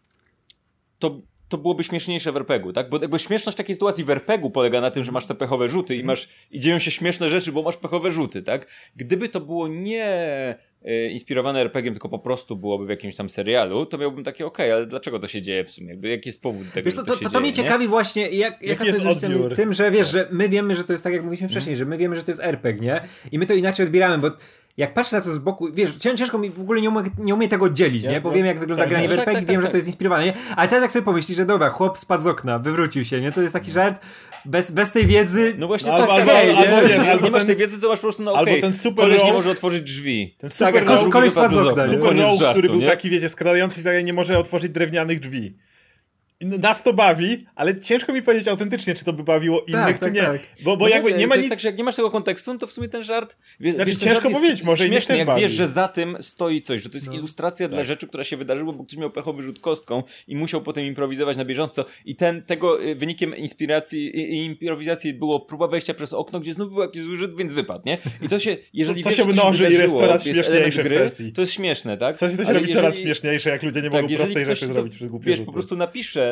to byłoby śmieszniejsze w RPG-u, tak? Bo jakby śmieszność takiej sytuacji w RPG-u polega na tym, że masz te pechowe rzuty i dzieją się śmieszne rzeczy, bo masz pechowe rzuty, tak? Gdyby to było nie inspirowane RPG-iem, tylko po prostu byłoby w jakimś tam serialu, to miałbym takie ale dlaczego to się dzieje w sumie? Jakby, jaki jest powód tego, wiesz, że to się to dzieje, mnie ciekawi właśnie, jaka to jest różnica tym, że wiesz, że my wiemy, że to jest tak jak mówiliśmy wcześniej, że my wiemy, że to jest RPG, nie? I my to inaczej odbieramy, bo jak patrzę na to z boku, wiesz, ciężko mi w ogóle nie umie tego oddzielić, nie? Bo wiem, jak wygląda granie w RPG i wiem, że to jest inspirowane, nie? Ale teraz jak sobie pomyślisz, że dobra, chłop spadł z okna, wywrócił się, nie? To jest taki żart bez tej wiedzy. No właśnie albo nie masz tej wiedzy, to masz po prostu albo ten super koleś nie może otworzyć drzwi. Ten super koleś spadł z okna. Super który był taki, wiecie, skradający i tak nie może otworzyć drewnianych drzwi. Nas to bawi, ale ciężko mi powiedzieć autentycznie, czy to by bawiło innych, czy nie. Tak. Bo jakby nie ma nic... Tak, że jak nie masz tego kontekstu, no to w sumie ten żart... Znaczy ciężko powiedzieć, może innych też jak bawi. wiesz, że za tym stoi coś, że to jest ilustracja dla rzeczy, która się wydarzyła, bo ktoś miał pechowy rzut kostką i musiał potem improwizować na bieżąco i tego wynikiem improwizacji było próba wejścia przez okno, gdzie znów był jakiś zły rzut, więc wypadł, nie? I to się, jeżeli co się mnoży i jest coraz śmieszniejsze w sesji. To jest śmieszne, tak? W sensie to się robi coraz śmieszniejsze, jak ludzie nie mogą prostej rzeczy zrobić przez głupie rzuty. Wiesz, po prostu napisze,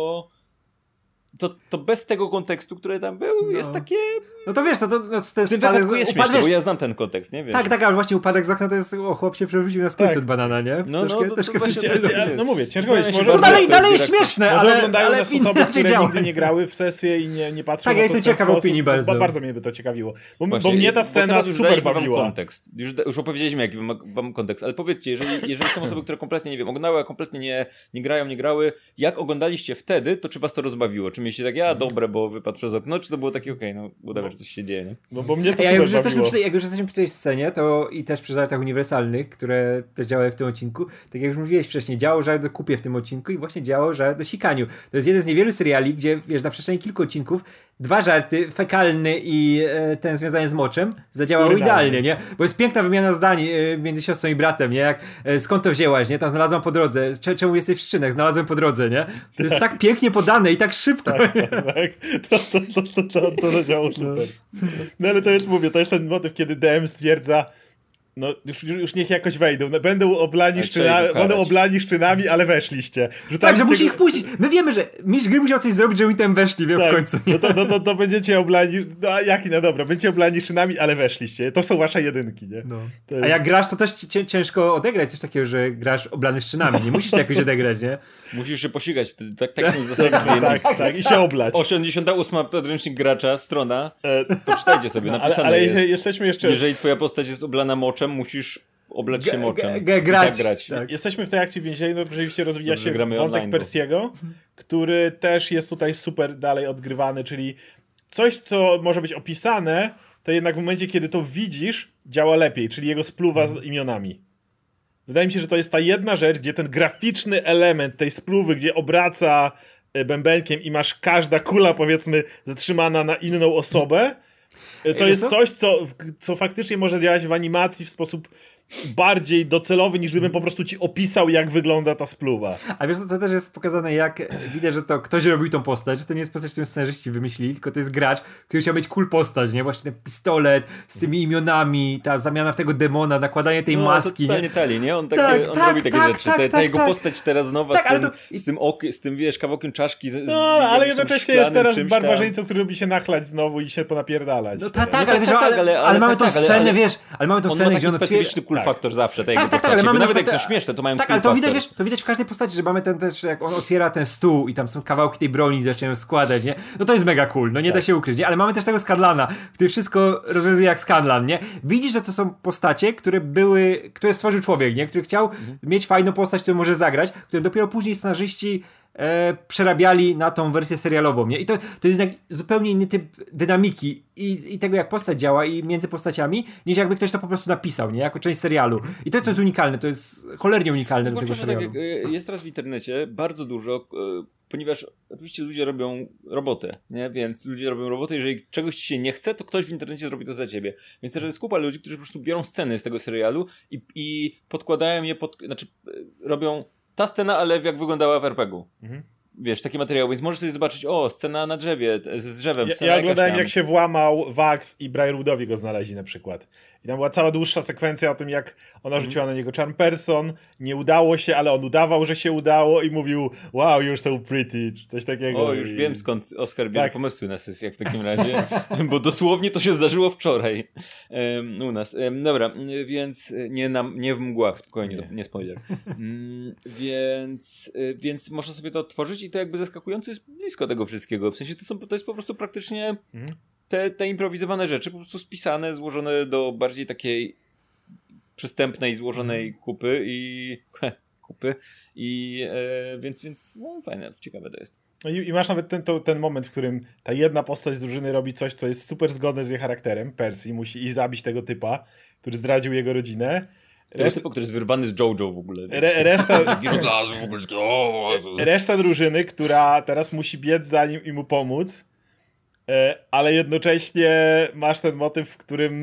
to bez tego kontekstu, który tam był, jest takie... No to wiesz, to w tym wypadku jest śmieszne, bo ja znam ten kontekst, nie? Wiesz. Tak, ale właśnie upadek z okna to jest, chłop się przewrócił na skórce od banana, nie? No mówię, ciężko jest. To dalej jest śmieszne, ale oglądają nas osoby, które nigdy nie grały w sesję i nie patrzą tak, na to. Tak, ja jestem ciekaw opinii bardzo. Bardzo mnie by to ciekawiało. Bo mnie ta scena super bawiła. Kontekst. Już opowiedzieliśmy, jaki wam kontekst, ale powiedzcie, jeżeli są osoby, które kompletnie, nie wiem, oglądały, a kompletnie nie grały, jak oglądaliście wtedy, to czy was to rozbawiło? Czy mieliście tak, dobre, bo wypadł przez okno, czy to było takie, whatever, coś się dzieje, nie? Bo mnie to super bawiło. Jak już jesteśmy przy tej scenie, to i też przy żartach uniwersalnych, które też działały w tym odcinku, tak jak już mówiłeś wcześniej, działał żart do kupie w tym odcinku i właśnie działał żart do sikaniu. To jest jeden z niewielu seriali, gdzie wiesz, na przeszczeni kilku odcinków dwa żarty, fekalny i ten związany z moczem, zadziałały idealnie, nie? Bo jest piękna wymiana zdań między siostrą i bratem, nie? Jak skąd to wzięłaś, nie? Tam znalazłam po drodze. Czemu jesteś w Szczynach? Znalazłem po drodze, nie? To jest tak pięknie podane i tak szybko. Tak. To zadziałało super. No ale to jest ten motyw, kiedy DM stwierdza, no już niech jakoś wejdą. Będą oblani szczynami, ale weszliście. Tak, że musi ich wpuścić. My wiemy, że mistrz gry musiał coś zrobić, żeby tam weszli, w końcu. Nie? To będziecie oblani, dobra, będziecie oblani szczynami, ale weszliście. To są wasze jedynki, nie? No. A jak grasz, to też ciężko odegrać coś takiego, że grasz oblany szczynami. Nie musisz jakoś odegrać, nie? Musisz się posikać wtedy. Tak są zasady. Tak, i się oblać. 88 podręcznik gracza, strona. Poczytajcie sobie, napisane ale jest. Jesteśmy jeszcze... Jeżeli twoja postać jest oblana moczem, musisz oblać się moczem. Grać. Tak. Jesteśmy w tej akcji więziennej, no rzeczywiście rozwija się wątek Persiego, który też jest tutaj super dalej odgrywany, czyli coś, co może być opisane, to jednak w momencie, kiedy to widzisz, działa lepiej, czyli jego spluwa z imionami. Wydaje mi się, że to jest ta jedna rzecz, gdzie ten graficzny element tej spluwy, gdzie obraca bębenkiem i masz każda kula, powiedzmy, zatrzymana na inną osobę, to jest coś, co faktycznie może działać w animacji w sposób bardziej docelowy, niż gdybym po prostu ci opisał, jak wygląda ta spluwa. A wiesz co, to też jest pokazane, jak widać, że to ktoś robił tą postać, że to nie jest postać, którą scenarzyści wymyślili, tylko to jest gracz, który chciał być cool postać, nie? Właśnie ten pistolet z tymi imionami, ta zamiana w tego demona, nakładanie tej maski. To tali, nie? On robi takie rzeczy. Ta jego postać teraz nowa z tym, wiesz, kawałkiem czaszki. Ale jednocześnie jest teraz barbarzyńcą, który lubi się nachlać znowu i się ponapierdalać. Ale mamy tą scenę, wiesz, gdzie on specyficzny faktor zawsze tej ale mamy nawet jak są śmieszne, to mają tak, ale to widać w każdej postaci, że mamy ten też, jak on otwiera ten stół i tam są kawałki tej broni i zaczynają składać, nie? No to jest mega cool, no nie da się ukryć, nie? Ale mamy też tego Scanlana, który wszystko rozwiązuje jak Scanlan, nie? Widzisz, że to są postacie, które stworzył człowiek, nie? Który chciał mieć fajną postać, którą może zagrać, które dopiero później scenarzyści przerabiali na tą wersję serialową, nie? I to jest jednak zupełnie inny typ dynamiki i tego, jak postać działa i między postaciami, niż jakby ktoś to po prostu napisał, nie? Jako część serialu. I to jest unikalne, to jest cholernie unikalne do tego serialu. Tak, jest teraz w internecie bardzo dużo, ponieważ oczywiście ludzie robią robotę, nie? Więc ludzie robią robotę, jeżeli czegoś ci się nie chce, to ktoś w internecie zrobi to za ciebie. Więc też jest kupa ludzi, którzy po prostu biorą sceny z tego serialu i podkładają je robią ta scena, ale jak wyglądała w RPG-u. wiesz, takie materiały, więc możesz sobie zobaczyć, scena na drzewie, z drzewem. Ja oglądałem, jak się włamał Vax i Briarwoodowi go znaleźli na przykład. I tam była cała dłuższa sekwencja o tym, jak ona rzuciła na niego charm person, nie udało się, ale on udawał, że się udało i mówił wow, you're so pretty, czy coś takiego. Już wiem, skąd Oskar bierze pomysły na sesjach w takim razie, bo dosłownie to się zdarzyło wczoraj u nas. Dobra, więc nie w mgłach, spokojnie, nie spoiler. Więc można sobie to odtworzyć i to jakby zaskakująco jest blisko tego wszystkiego. W sensie to jest po prostu praktycznie te improwizowane rzeczy, po prostu spisane, złożone do bardziej takiej przystępnej, złożonej kupy więc no fajne, ciekawe to jest. I masz nawet ten moment, w którym ta jedna postać z drużyny robi coś, co jest super zgodne z jej charakterem. Percy musi iść zabić tego typa, który zdradził jego rodzinę. Tego typu, który jest wyrwany z JoJo w ogóle. Reszta drużyny, która teraz musi biec za nim i mu pomóc, ale jednocześnie masz ten motyw, w którym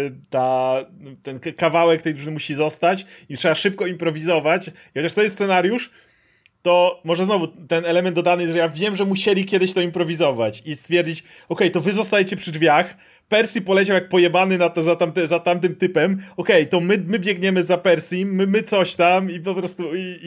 ten kawałek tej drużyny musi zostać i trzeba szybko improwizować. I chociaż to jest scenariusz, to może znowu ten element dodany, że ja wiem, że musieli kiedyś to improwizować i stwierdzić, okej, to wy zostajecie przy drzwiach, Percy poleciał jak pojebany za tamtym typem, to my biegniemy za Percy, my coś tam i po prostu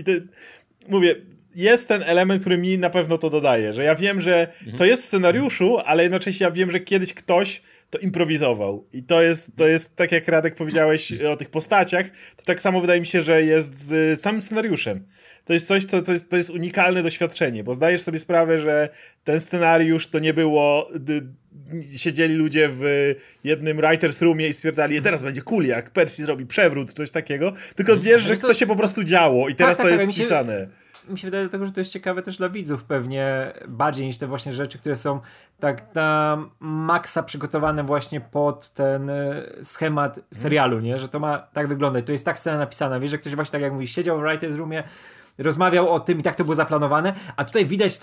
mówię, jest ten element, który mi na pewno to dodaje, że ja wiem, że to jest w scenariuszu, ale jednocześnie ja wiem, że kiedyś ktoś to improwizował. I to jest tak jak Radek powiedziałeś o tych postaciach, to tak samo wydaje mi się, że jest z samym scenariuszem. To jest coś, to jest unikalne doświadczenie, bo zdajesz sobie sprawę, że ten scenariusz to nie było... Siedzieli ludzie w jednym writer's roomie i stwierdzali, teraz będzie cool, jak Percy zrobi przewrót, coś takiego, tylko wiesz, że to się po prostu działo i teraz to jest spisane. Mi się wydaje dlatego, że to jest ciekawe też dla widzów pewnie bardziej niż te właśnie rzeczy, które są tak na maksa przygotowane właśnie pod ten schemat serialu, nie? Że to ma tak wyglądać, to jest tak scena napisana, wiesz, że ktoś właśnie tak jak mówisz, siedział w writer's roomie, rozmawiał o tym i tak to było zaplanowane, a tutaj widać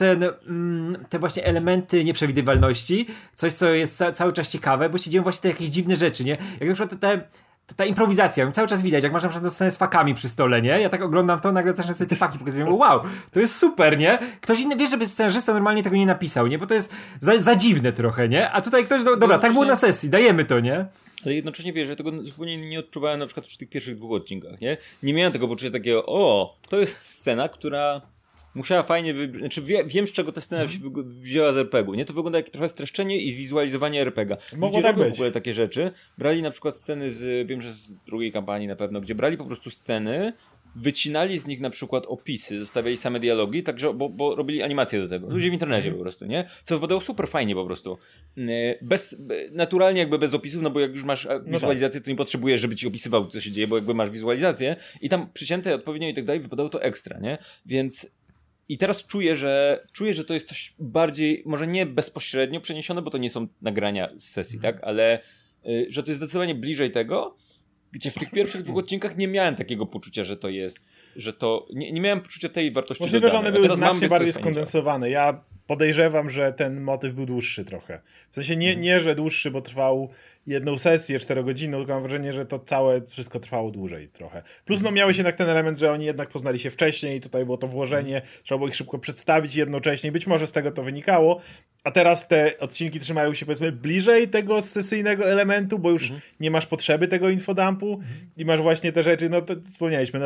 te właśnie elementy nieprzewidywalności, coś co jest cały czas ciekawe, bo się dzieją właśnie te jakieś dziwne rzeczy, nie? Jak na przykład ta improwizacja, ją cały czas widać, jak masz na przykład scenę z fakami przy stole, nie? Ja tak oglądam to, nagle zacznę sobie te faki pokazywać, wow, to jest super, nie? Ktoś inny wie, żeby scenarzysta normalnie tego nie napisał, nie? Bo to jest za dziwne trochę, nie? A tutaj ktoś, dobra, tak było na sesji, dajemy to, nie? Ale jednocześnie wiesz, że tego zupełnie nie odczuwałem na przykład przy tych pierwszych 2 odcinkach, nie? Nie miałem tego poczucia takiego, to jest scena, która musiała fajnie znaczy wiem, z czego ta scena się wzięła z RPG-u, nie? To wygląda jak trochę streszczenie i zwizualizowanie RPG. Mogło tak być. W ogóle takie rzeczy. Brali na przykład sceny wiem, że z drugiej kampanii na pewno, gdzie brali po prostu sceny, wycinali z nich na przykład opisy, zostawiali same dialogi, także, bo robili animacje do tego. Ludzie w internecie po prostu, nie? Co wypadało super fajnie po prostu. Naturalnie jakby bez opisów, no bo jak już masz wizualizację, to nie potrzebujesz, żeby ci opisywał, co się dzieje, bo jakby masz wizualizację i tam przycięte odpowiednio i tak dalej, wypadało to ekstra, nie? Więc i teraz czuję, że to jest coś bardziej, może nie bezpośrednio przeniesione, bo to nie są nagrania z sesji, tak? Ale że to jest zdecydowanie bliżej tego, gdzie w tych pierwszych 2 odcinkach nie miałem takiego poczucia, że to jest, nie miałem poczucia tej wartości możliwe, dodanej. że one były znacznie bardziej skondensowane. Ja podejrzewam, że ten motyw był dłuższy trochę. W sensie nie, że dłuższy, bo trwał jedną sesję 4 godziny, tylko mam wrażenie, że to całe wszystko trwało dłużej trochę. Plus miałeś jednak ten element, że oni jednak poznali się wcześniej i tutaj było to włożenie, trzeba było ich szybko przedstawić jednocześnie, być może z tego to wynikało, a teraz te odcinki trzymają się powiedzmy bliżej tego sesyjnego elementu, bo już nie masz potrzeby tego infodumpu i masz właśnie te rzeczy, no to wspomnieliśmy,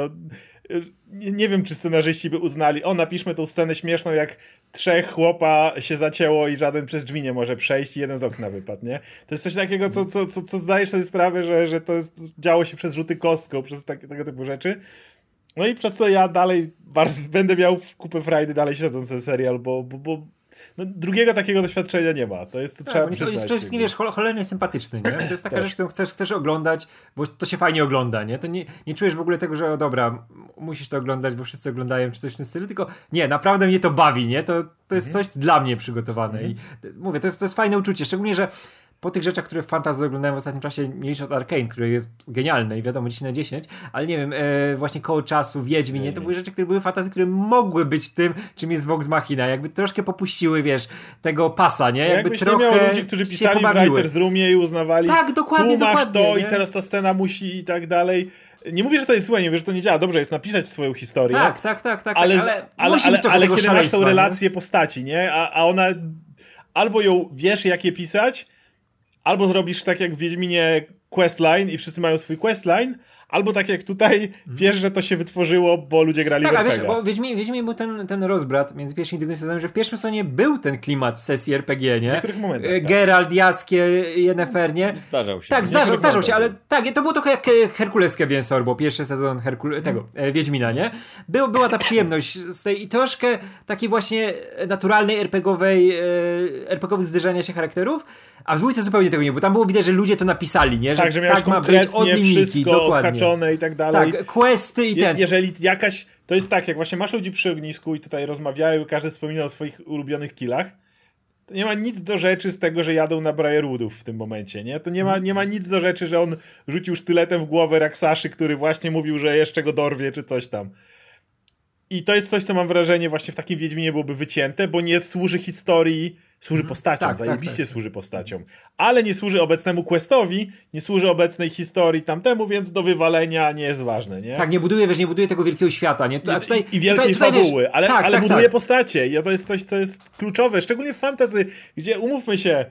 nie wiem, czy scenarzyści by uznali, napiszmy tą scenę śmieszną, jak 3 chłopa się zacięło i żaden przez drzwi nie może przejść i jeden z okna wypadł, nie? To jest coś takiego, co zdajesz sobie sprawę, że to działo się przez rzuty kostką, przez tego typu rzeczy. No i przez to ja dalej będę miał kupę frajdy dalej śledząc ten serial, bo drugiego takiego doświadczenia nie ma. To trzeba przyznać. Przede wszystkim, wiesz, cholernie sympatyczny, nie? To jest taka rzecz, którą chcesz oglądać, bo to się fajnie ogląda, nie? To nie czujesz w ogóle tego, że dobra, musisz to oglądać, bo wszyscy oglądają, czy coś w tym stylu, tylko nie, naprawdę mnie to bawi, nie? To jest coś dla mnie przygotowane i mówię, to jest fajne uczucie, szczególnie, że po tych rzeczach, które w fantasy oglądałem w ostatnim czasie, mniejsze od Arcane, które jest genialne i wiadomo, 10 na 10, ale nie wiem, właśnie Koło Czasu, Wiedźmin, nie? To były rzeczy, które były fantasy, które mogły być tym, czym jest Vox Machina, jakby troszkę popuściły, wiesz, tego pasa, nie? Jakbyś trochę nie miał ludzi, którzy pisali w writer's roomie i uznawali, tak, dokładnie, tu masz to nie? i teraz ta scena musi i tak dalej. Nie mówię, że to jest złe, nie mówię, że to nie działa. Dobrze jest napisać swoją historię. Tak, ale kiedy masz tą relację postaci, nie? A ona... Albo ją wiesz, jak je pisać, albo zrobisz tak jak w Wiedźminie questline i wszyscy mają swój questline, albo tak jak tutaj wiesz, że to się wytworzyło, bo ludzie grali w RPG. Tak, a wiesz, bo Wiedźmin był ten rozbrat między pierwszym i drugim sezonem, że w pierwszym sezonie był ten klimat sesji RPG, nie? W niektórych momentach, tak. Geralt, Jaskier, Yennefer, nie? Zdarzał się. Tak, zdarzał się, ale tak, to było trochę jak Herkules Skeviensor, bo pierwszy sezon Wiedźmina, nie? Była ta przyjemność z tej i troszkę takiej właśnie naturalnej RPGowych zderzania się charakterów, a w dwójce zupełnie tego nie było. Tam było widać, że ludzie to napisali, nie? Że tak, że miałeś tak ma być od linijki, wszystko odhaczone i tak dalej. Tak, questy i ten. Jeżeli jakaś... To jest tak, jak właśnie masz ludzi przy ognisku i tutaj rozmawiają, każdy wspomina o swoich ulubionych killach, to nie ma nic do rzeczy z tego, że jadą na Briarwoodów w tym momencie, nie? To nie ma nic do rzeczy, że on rzucił sztyletem w głowę Raksaszy, który właśnie mówił, że jeszcze go dorwie, czy coś tam. I to jest coś, co mam wrażenie właśnie w takim Wiedźminie byłoby wycięte, bo nie służy historii, służy postaciom, zajebiście służy postaciom. Ale nie służy obecnemu questowi, nie służy obecnej historii tamtemu, więc do wywalenia nie jest ważne, nie? Tak, nie buduje tego wielkiego świata, nie? A tutaj, I wielkiej fabuły, wiesz, ale buduje postacie. I to jest coś, co jest kluczowe, szczególnie w fantasy, gdzie umówmy się,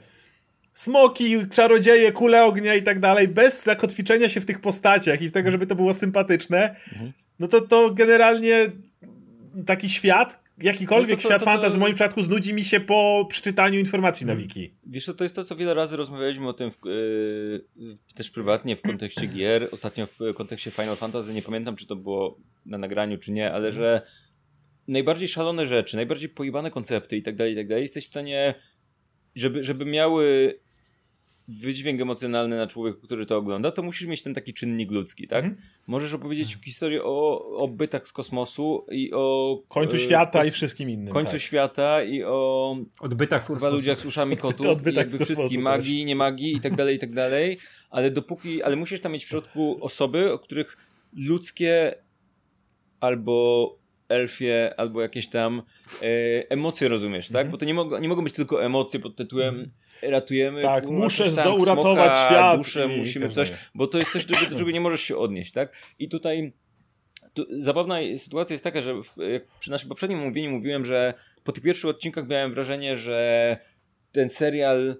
smoki, czarodzieje, kule ognia i tak dalej, bez zakotwiczenia się w tych postaciach i w tego, żeby to było sympatyczne, no to generalnie taki świat, jakikolwiek świat fantasy w moim przypadku znudzi mi się po przeczytaniu informacji na wiki. Wiesz co, to jest to, co wiele razy rozmawialiśmy o tym też prywatnie w kontekście gier, ostatnio w kontekście Final Fantasy, nie pamiętam, czy to było na nagraniu, czy nie, ale że najbardziej szalone rzeczy, najbardziej pojebane koncepty i tak dalej, jesteś w stanie, żeby miały wydźwięk emocjonalny na człowieka, który to ogląda, to musisz mieć ten taki czynnik ludzki, tak? Możesz opowiedzieć historię o bytach z kosmosu i o... końcu świata i wszystkim innym. Końcu świata i o... odbytach z kosmosu. ludziach z uszami kotów i jakby wszystkim magii, nie magii i tak dalej, ale musisz tam mieć w środku osoby, o których ludzkie albo elfie, albo jakieś tam emocje rozumiesz, tak? Bo to nie mogą być tylko emocje pod tytułem ratujemy, tak, muszę uratować świat. Musimy coś, bo to jest coś, do czego nie możesz się odnieść, tak? I tutaj zabawna sytuacja jest taka, że jak przy naszym poprzednim mówieniu mówiłem, że po tych pierwszych odcinkach miałem wrażenie, że ten serial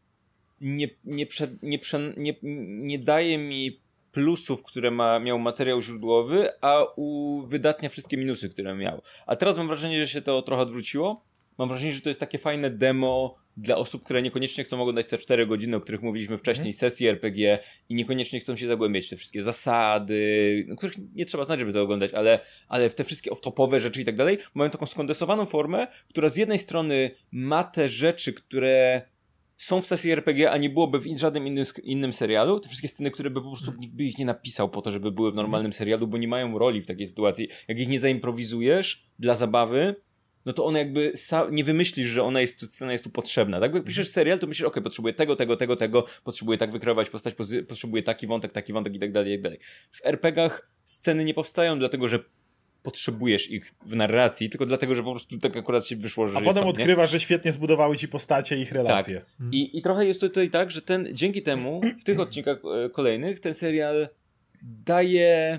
nie daje mi plusów, które miał materiał źródłowy, a uwydatnia wszystkie minusy, które miał. A teraz mam wrażenie, że się to trochę odwróciło. Mam wrażenie, że to jest takie fajne demo dla osób, które niekoniecznie chcą oglądać te 4 godziny, o których mówiliśmy wcześniej, sesji RPG i niekoniecznie chcą się zagłębiać w te wszystkie zasady, których nie trzeba znać, żeby to oglądać, ale w te wszystkie off-topowe rzeczy i tak dalej, mają taką skondensowaną formę, która z jednej strony ma te rzeczy, które są w sesji RPG, a nie byłoby w żadnym innym serialu. Te wszystkie sceny, które by po prostu nikt by ich nie napisał po to, żeby były w normalnym serialu, bo nie mają roli w takiej sytuacji. Jak ich nie zaimprowizujesz dla zabawy, no to one jakby nie wymyślisz, że scena jest tu potrzebna. Tak? Bo jak piszesz serial, to myślisz, potrzebuję tego, potrzebuję tak wykreować postać, potrzebuję taki wątek i tak dalej. W RPG-ach sceny nie powstają dlatego, że potrzebujesz ich w narracji, tylko dlatego, że po prostu tak akurat się wyszło, że a potem odkrywasz, że świetnie zbudowały ci postacie i ich relacje. Tak. I trochę jest tutaj tak, że dzięki temu w tych odcinkach kolejnych ten serial daje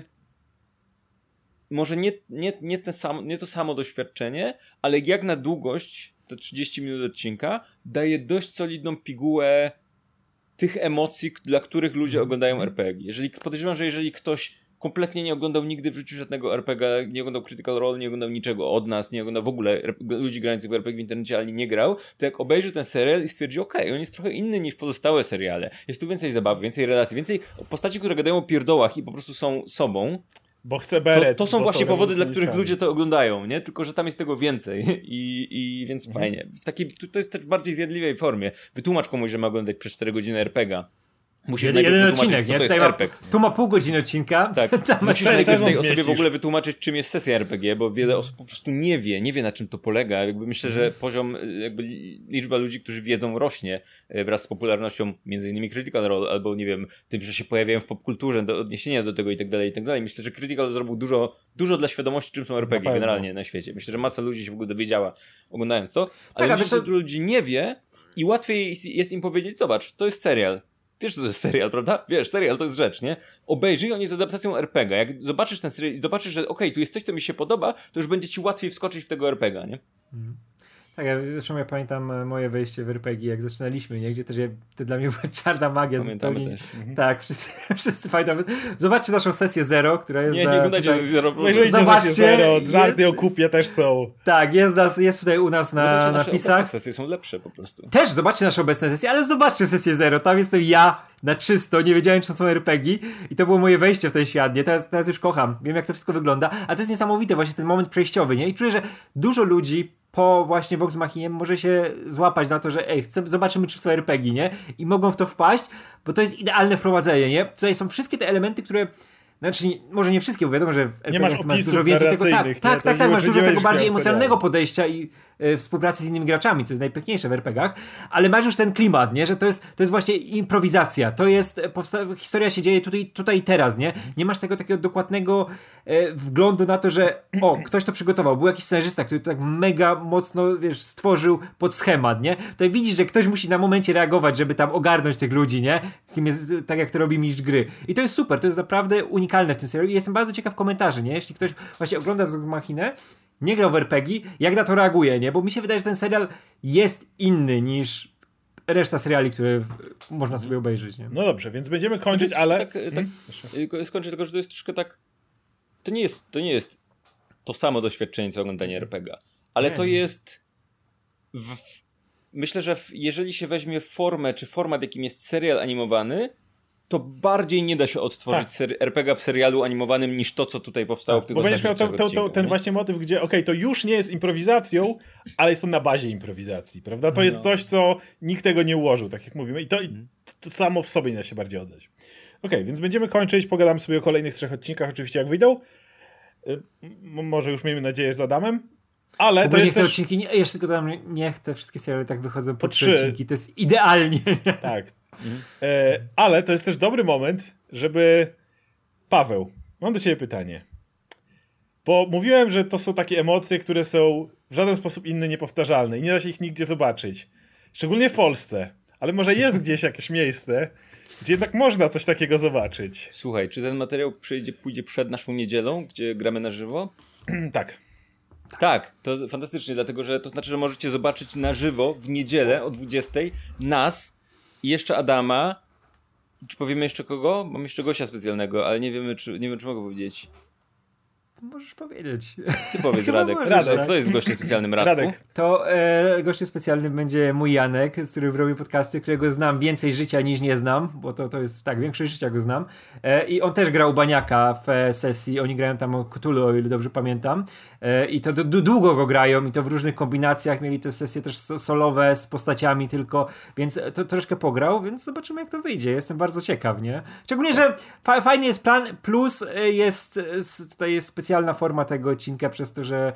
może nie to samo doświadczenie, ale jak na długość, te 30 minut odcinka, daje dość solidną pigułę tych emocji, dla których ludzie oglądają RPG. Podejrzewam, że jeżeli ktoś kompletnie nie oglądał nigdy w życiu żadnego RPG, nie oglądał Critical Role, nie oglądał niczego od nas, nie oglądał w ogóle ludzi grających w RPG w internecie, ale nie grał, to jak obejrzy ten serial i stwierdzi, on jest trochę inny niż pozostałe seriale. Jest tu więcej zabawy, więcej relacji, więcej postaci, które gadają o pierdołach i po prostu są sobą. Bo chcę beret. To są właśnie powody, dla których ludzie to oglądają, nie? Tylko, że tam jest tego więcej i więc fajnie. To jest też w bardziej zjadliwej formie. Wytłumacz komuś, że ma oglądać przez 4 godziny RPG. Musisz jeden odcinek, nie? Tutaj tu ma pół godziny odcinka. Tak, musisz najpierw tej osobie w ogóle wytłumaczyć, czym jest sesja RPG, bo wiele osób po prostu nie wie na czym to polega. Myślę, że poziom, liczba ludzi, którzy wiedzą, rośnie wraz z popularnością między innymi Critical Role, albo nie wiem, tym, że się pojawiają w popkulturze, do odniesienia do tego i tak dalej. Myślę, że Critical zrobił dużo dla świadomości, czym są RPG generalnie na świecie. Myślę, że masa ludzi się w ogóle dowiedziała, oglądając to, ale myślę, że dużo ludzi nie wie i łatwiej jest im powiedzieć, zobacz, to jest serial. Wiesz, co to jest serial, prawda? Wiesz, serial to jest rzecz, nie? Obejrzyj, on jest adaptacją RPG. Jak zobaczysz ten serial i zobaczysz, że okej, tu jest coś, co mi się podoba, to już będzie ci łatwiej wskoczyć w tego RPG, nie? Tak, zresztą ja pamiętam moje wejście w RPG, jak zaczynaliśmy, nie? Gdzie też to dla mnie była czarna magia. Pamiętamy zupełnie. też. Tak, wszyscy pamiętamy. Zobaczcie naszą sesję Zero, która jest Nie oglądajcie tutaj... sesję Zero. Zobaczcie, Zero, żarty o kupie też są. Tak, jest tutaj u nas na napisach. Sesje są lepsze po prostu. Też zobaczcie nasze obecne sesje, ale zobaczcie sesję Zero. Tam jestem ja na czysto, nie wiedziałem, czy to są RPG i to było moje wejście w ten świat, nie? Teraz już kocham, wiem, jak to wszystko wygląda, a to jest niesamowite, właśnie ten moment przejściowy, nie? I czuję, że dużo ludzi po właśnie Vox Machinie może się złapać na to, że zobaczymy, czy są RPG, nie? I mogą w to wpaść, bo to jest idealne wprowadzenie, nie? Tutaj są wszystkie te elementy, które... Znaczy, może nie wszystkie, bo wiadomo, że w RPG masz dużo więcej tego. Tak, masz dużo tego bardziej emocjonalnego podejścia i współpracy z innymi graczami, co jest najpiękniejsze w RPGach, ale masz już ten klimat, nie? Że to jest właśnie improwizacja, to jest, historia się dzieje tutaj i teraz, nie? Nie masz tego takiego dokładnego wglądu na to, że ktoś to przygotował, był jakiś scenarzysta, który to tak mega mocno, wiesz, stworzył pod schemat, nie? Tutaj widzisz, że ktoś musi na momencie reagować, żeby tam ogarnąć tych ludzi, nie? Tak jak to robi mistrz gry. I to jest super, to jest naprawdę unikalne w tym serialu i jestem bardzo ciekaw komentarzy, nie? Jeśli ktoś właśnie ogląda Vox Machinę, nie grał w RPG, jak na to reaguje, nie? Bo mi się wydaje, że ten serial jest inny niż reszta seriali, które można sobie obejrzeć, nie? No dobrze, więc będziemy kończyć, ale... Skończę tylko, że to jest troszkę tak... To nie jest to samo doświadczenie, co oglądanie RPG, ale to jest... Myślę, że jeżeli się weźmie formę, czy format, jakim jest serial animowany, to bardziej nie da się odtworzyć RPG w serialu animowanym niż to, co tutaj powstało w tych ostatnich trzech odcinkach. Ten właśnie motyw, gdzie to już nie jest improwizacją, ale jest to na bazie improwizacji, prawda? To jest coś, co nikt tego nie ułożył, tak jak mówimy. I to samo w sobie nie da się bardziej oddać. Więc będziemy kończyć, pogadamy sobie o kolejnych 3 odcinkach, oczywiście jak wyjdą. Może już miejmy nadzieję z Adamem. Ale to jest też... odcinki, jeszcze tylko dodam, niech te wszystkie seriale tak wychodzą po 3 odcinki, to jest idealnie. Tak. Ale to jest też dobry moment, żeby... Paweł, mam do ciebie pytanie. Bo mówiłem, że to są takie emocje, które są w żaden sposób inny niepowtarzalne i nie da się ich nigdzie zobaczyć. Szczególnie w Polsce. Ale może jest gdzieś jakieś miejsce, gdzie jednak można coś takiego zobaczyć. Słuchaj, czy ten materiał pójdzie przed naszą niedzielą, gdzie gramy na żywo? Tak. Tak, to fantastycznie, dlatego że to znaczy, że możecie zobaczyć na żywo w niedzielę o 20:00 nas i jeszcze Adama. Czy powiemy jeszcze kogo? Mam jeszcze gościa specjalnego, ale nie wiem, czy mogę powiedzieć. Możesz powiedzieć. Ty powiedz, Radek. Kto jest gościem specjalnym, Radku? Radek. To gościem specjalnym będzie mój Janek, z którym robię podcasty, którego znam więcej życia niż nie znam, bo to jest tak, większość życia go znam. I on też grał Baniaka w sesji, oni grają tam o Cthulhu, o ile dobrze pamiętam. I to długo go grają i to w różnych kombinacjach, mieli te sesje też solowe z postaciami tylko, więc to troszkę pograł, więc zobaczymy jak to wyjdzie. Jestem bardzo ciekaw, nie? Szczególnie, że fajny jest plan, plus tutaj jest specjalna forma tego odcinka przez to, że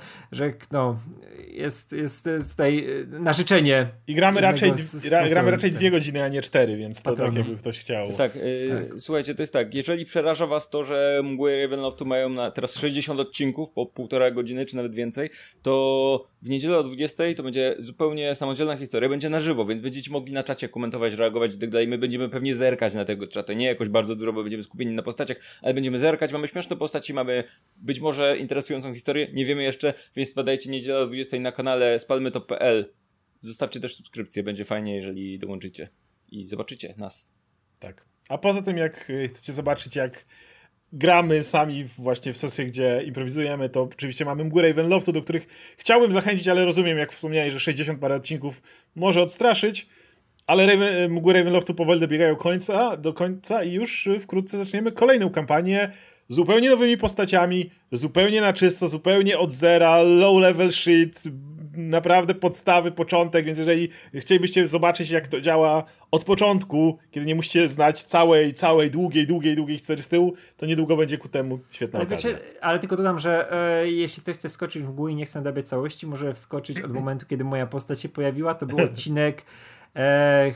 jest tutaj na życzenie. I gramy raczej 2 godziny, a nie 4, więc to tak jakby ktoś chciał. Tak. Słuchajcie, to jest tak, jeżeli przeraża was to, że mgły Ravenloftu mają teraz 60 odcinków po 1,5 godziny, czy nawet więcej, to w niedzielę o 20:00 to będzie zupełnie samodzielna historia, będzie na żywo, więc będziecie mogli na czacie komentować, reagować i tak dalej. My będziemy pewnie zerkać na tego czata, nie jakoś bardzo dużo, bo będziemy skupieni na postaciach, ale będziemy zerkać, mamy śmieszne postaci, mamy być może interesującą historię, nie wiemy jeszcze, więc wpadajcie niedzielę o 20:00 na kanale spalmyto.pl. Zostawcie też subskrypcję, będzie fajnie, jeżeli dołączycie i zobaczycie nas. Tak. A poza tym, jak chcecie zobaczyć, jak gramy sami właśnie w sesjach, gdzie improwizujemy, to oczywiście mamy mgły Ravenloftu, do których chciałbym zachęcić, ale rozumiem, jak wspomniałeś, że 60 parę odcinków może odstraszyć, ale mgły Ravenloftu powoli dobiegają do końca i już wkrótce zaczniemy kolejną kampanię z zupełnie nowymi postaciami, zupełnie na czysto, zupełnie od zera, low level shit, naprawdę podstawy, początek, więc jeżeli chcielibyście zobaczyć, jak to działa od początku, kiedy nie musicie znać całej długiej historii z tyłu, to niedługo będzie ku temu świetna okazja. Ale tylko dodam, że jeśli ktoś chce wskoczyć w mgły i nie chce nadabiać całości, może wskoczyć od momentu, kiedy moja postać się pojawiła. To był odcinek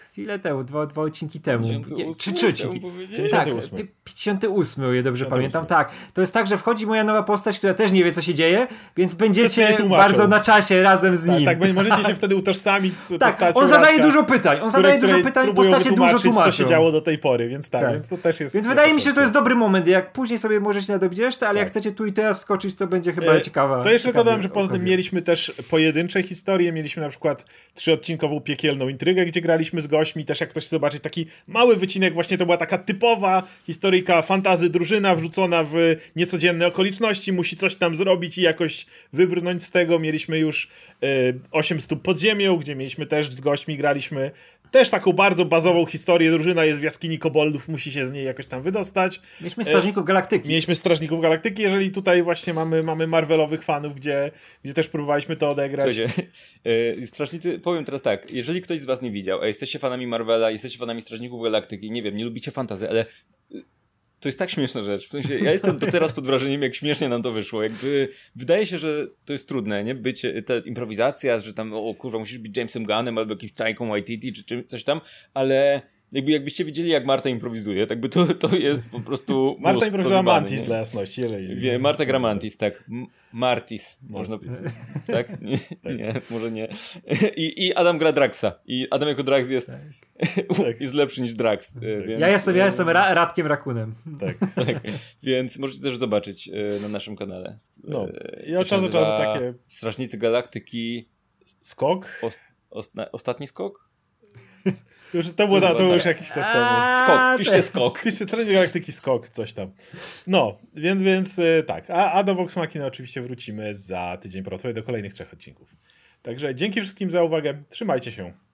chwilę temu, dwa odcinki temu. 58, Czy 3 odcinki. Tak, 58, o ile dobrze pamiętam. Tak, to jest tak, że wchodzi moja nowa postać, która też nie wie, co się dzieje, więc będziecie bardzo na czasie razem z nim. Tak, możecie się wtedy utożsamić z postacią on zadaje Radka, dużo pytań. On zadaje dużo pytań, postacie dużo tłumaczą. co się działo do tej pory, więc więc to też jest... Więc wydaje mi się, że to jest dobry moment. Jak później sobie możecie nadrobić resztę, ale jak chcecie tu i teraz skoczyć, to będzie chyba ciekawa. To jeszcze dodam, że poza tym mieliśmy też pojedyncze historie. Mieliśmy na przykład 3-odcinkową piekielną intrygę, gdzie graliśmy z gośćmi. Też jak ktoś chce zobaczyć taki mały wycinek, właśnie to była taka typowa historyjka fantasy drużyna wrzucona w niecodzienne okoliczności. Musi coś tam zrobić i jakoś wybrnąć z tego. Mieliśmy już 8 stóp pod ziemią, gdzie mieliśmy też z gośćmi, graliśmy też taką bardzo bazową historię. Drużyna jest w jaskini koboldów, musi się z niej jakoś tam wydostać. Mieliśmy Strażników Galaktyki. Mieliśmy Strażników Galaktyki, jeżeli tutaj właśnie mamy Marvelowych fanów, gdzie też próbowaliśmy to odegrać. Strażnicy, powiem teraz tak, jeżeli ktoś z was nie widział, a jesteście fanami Marvela, jesteście fanami Strażników Galaktyki, nie wiem, nie lubicie fantasy, ale to jest tak śmieszna rzecz. W sensie, ja jestem do teraz pod wrażeniem, jak śmiesznie nam to wyszło. Jakby wydaje się, że to jest trudne, nie? Bycie, ta improwizacja, że tam, o kurwa, musisz być Jamesem Gunnem albo jakimś Taiką Waititi czy coś tam, ale jakbyście wiedzieli, jak Marta improwizuje, tak by to jest po prostu Marta improwizowała Mantis, dla jasności. Marta gra Mantis, tak. Martis, można powiedzieć. Tak? Nie, może nie. I Adam gra Draxa. I Adam jako Drax jest jest lepszy niż Drax. Więc... Ja jestem Radkiem Rakunem. Tak. Więc możecie też zobaczyć na naszym kanale. I od czasu do czasu takie... Strażnicy Galaktyki... Skok? Ostatni skok? To było już jakiś czas temu. Skok, piszcie skok. Piszcie Strażnicy Galaktyki skok, coś tam. Więc tak. A do Vox Machina oczywiście wrócimy za tydzień do kolejnych 3 odcinków. Także dzięki wszystkim za uwagę. Trzymajcie się.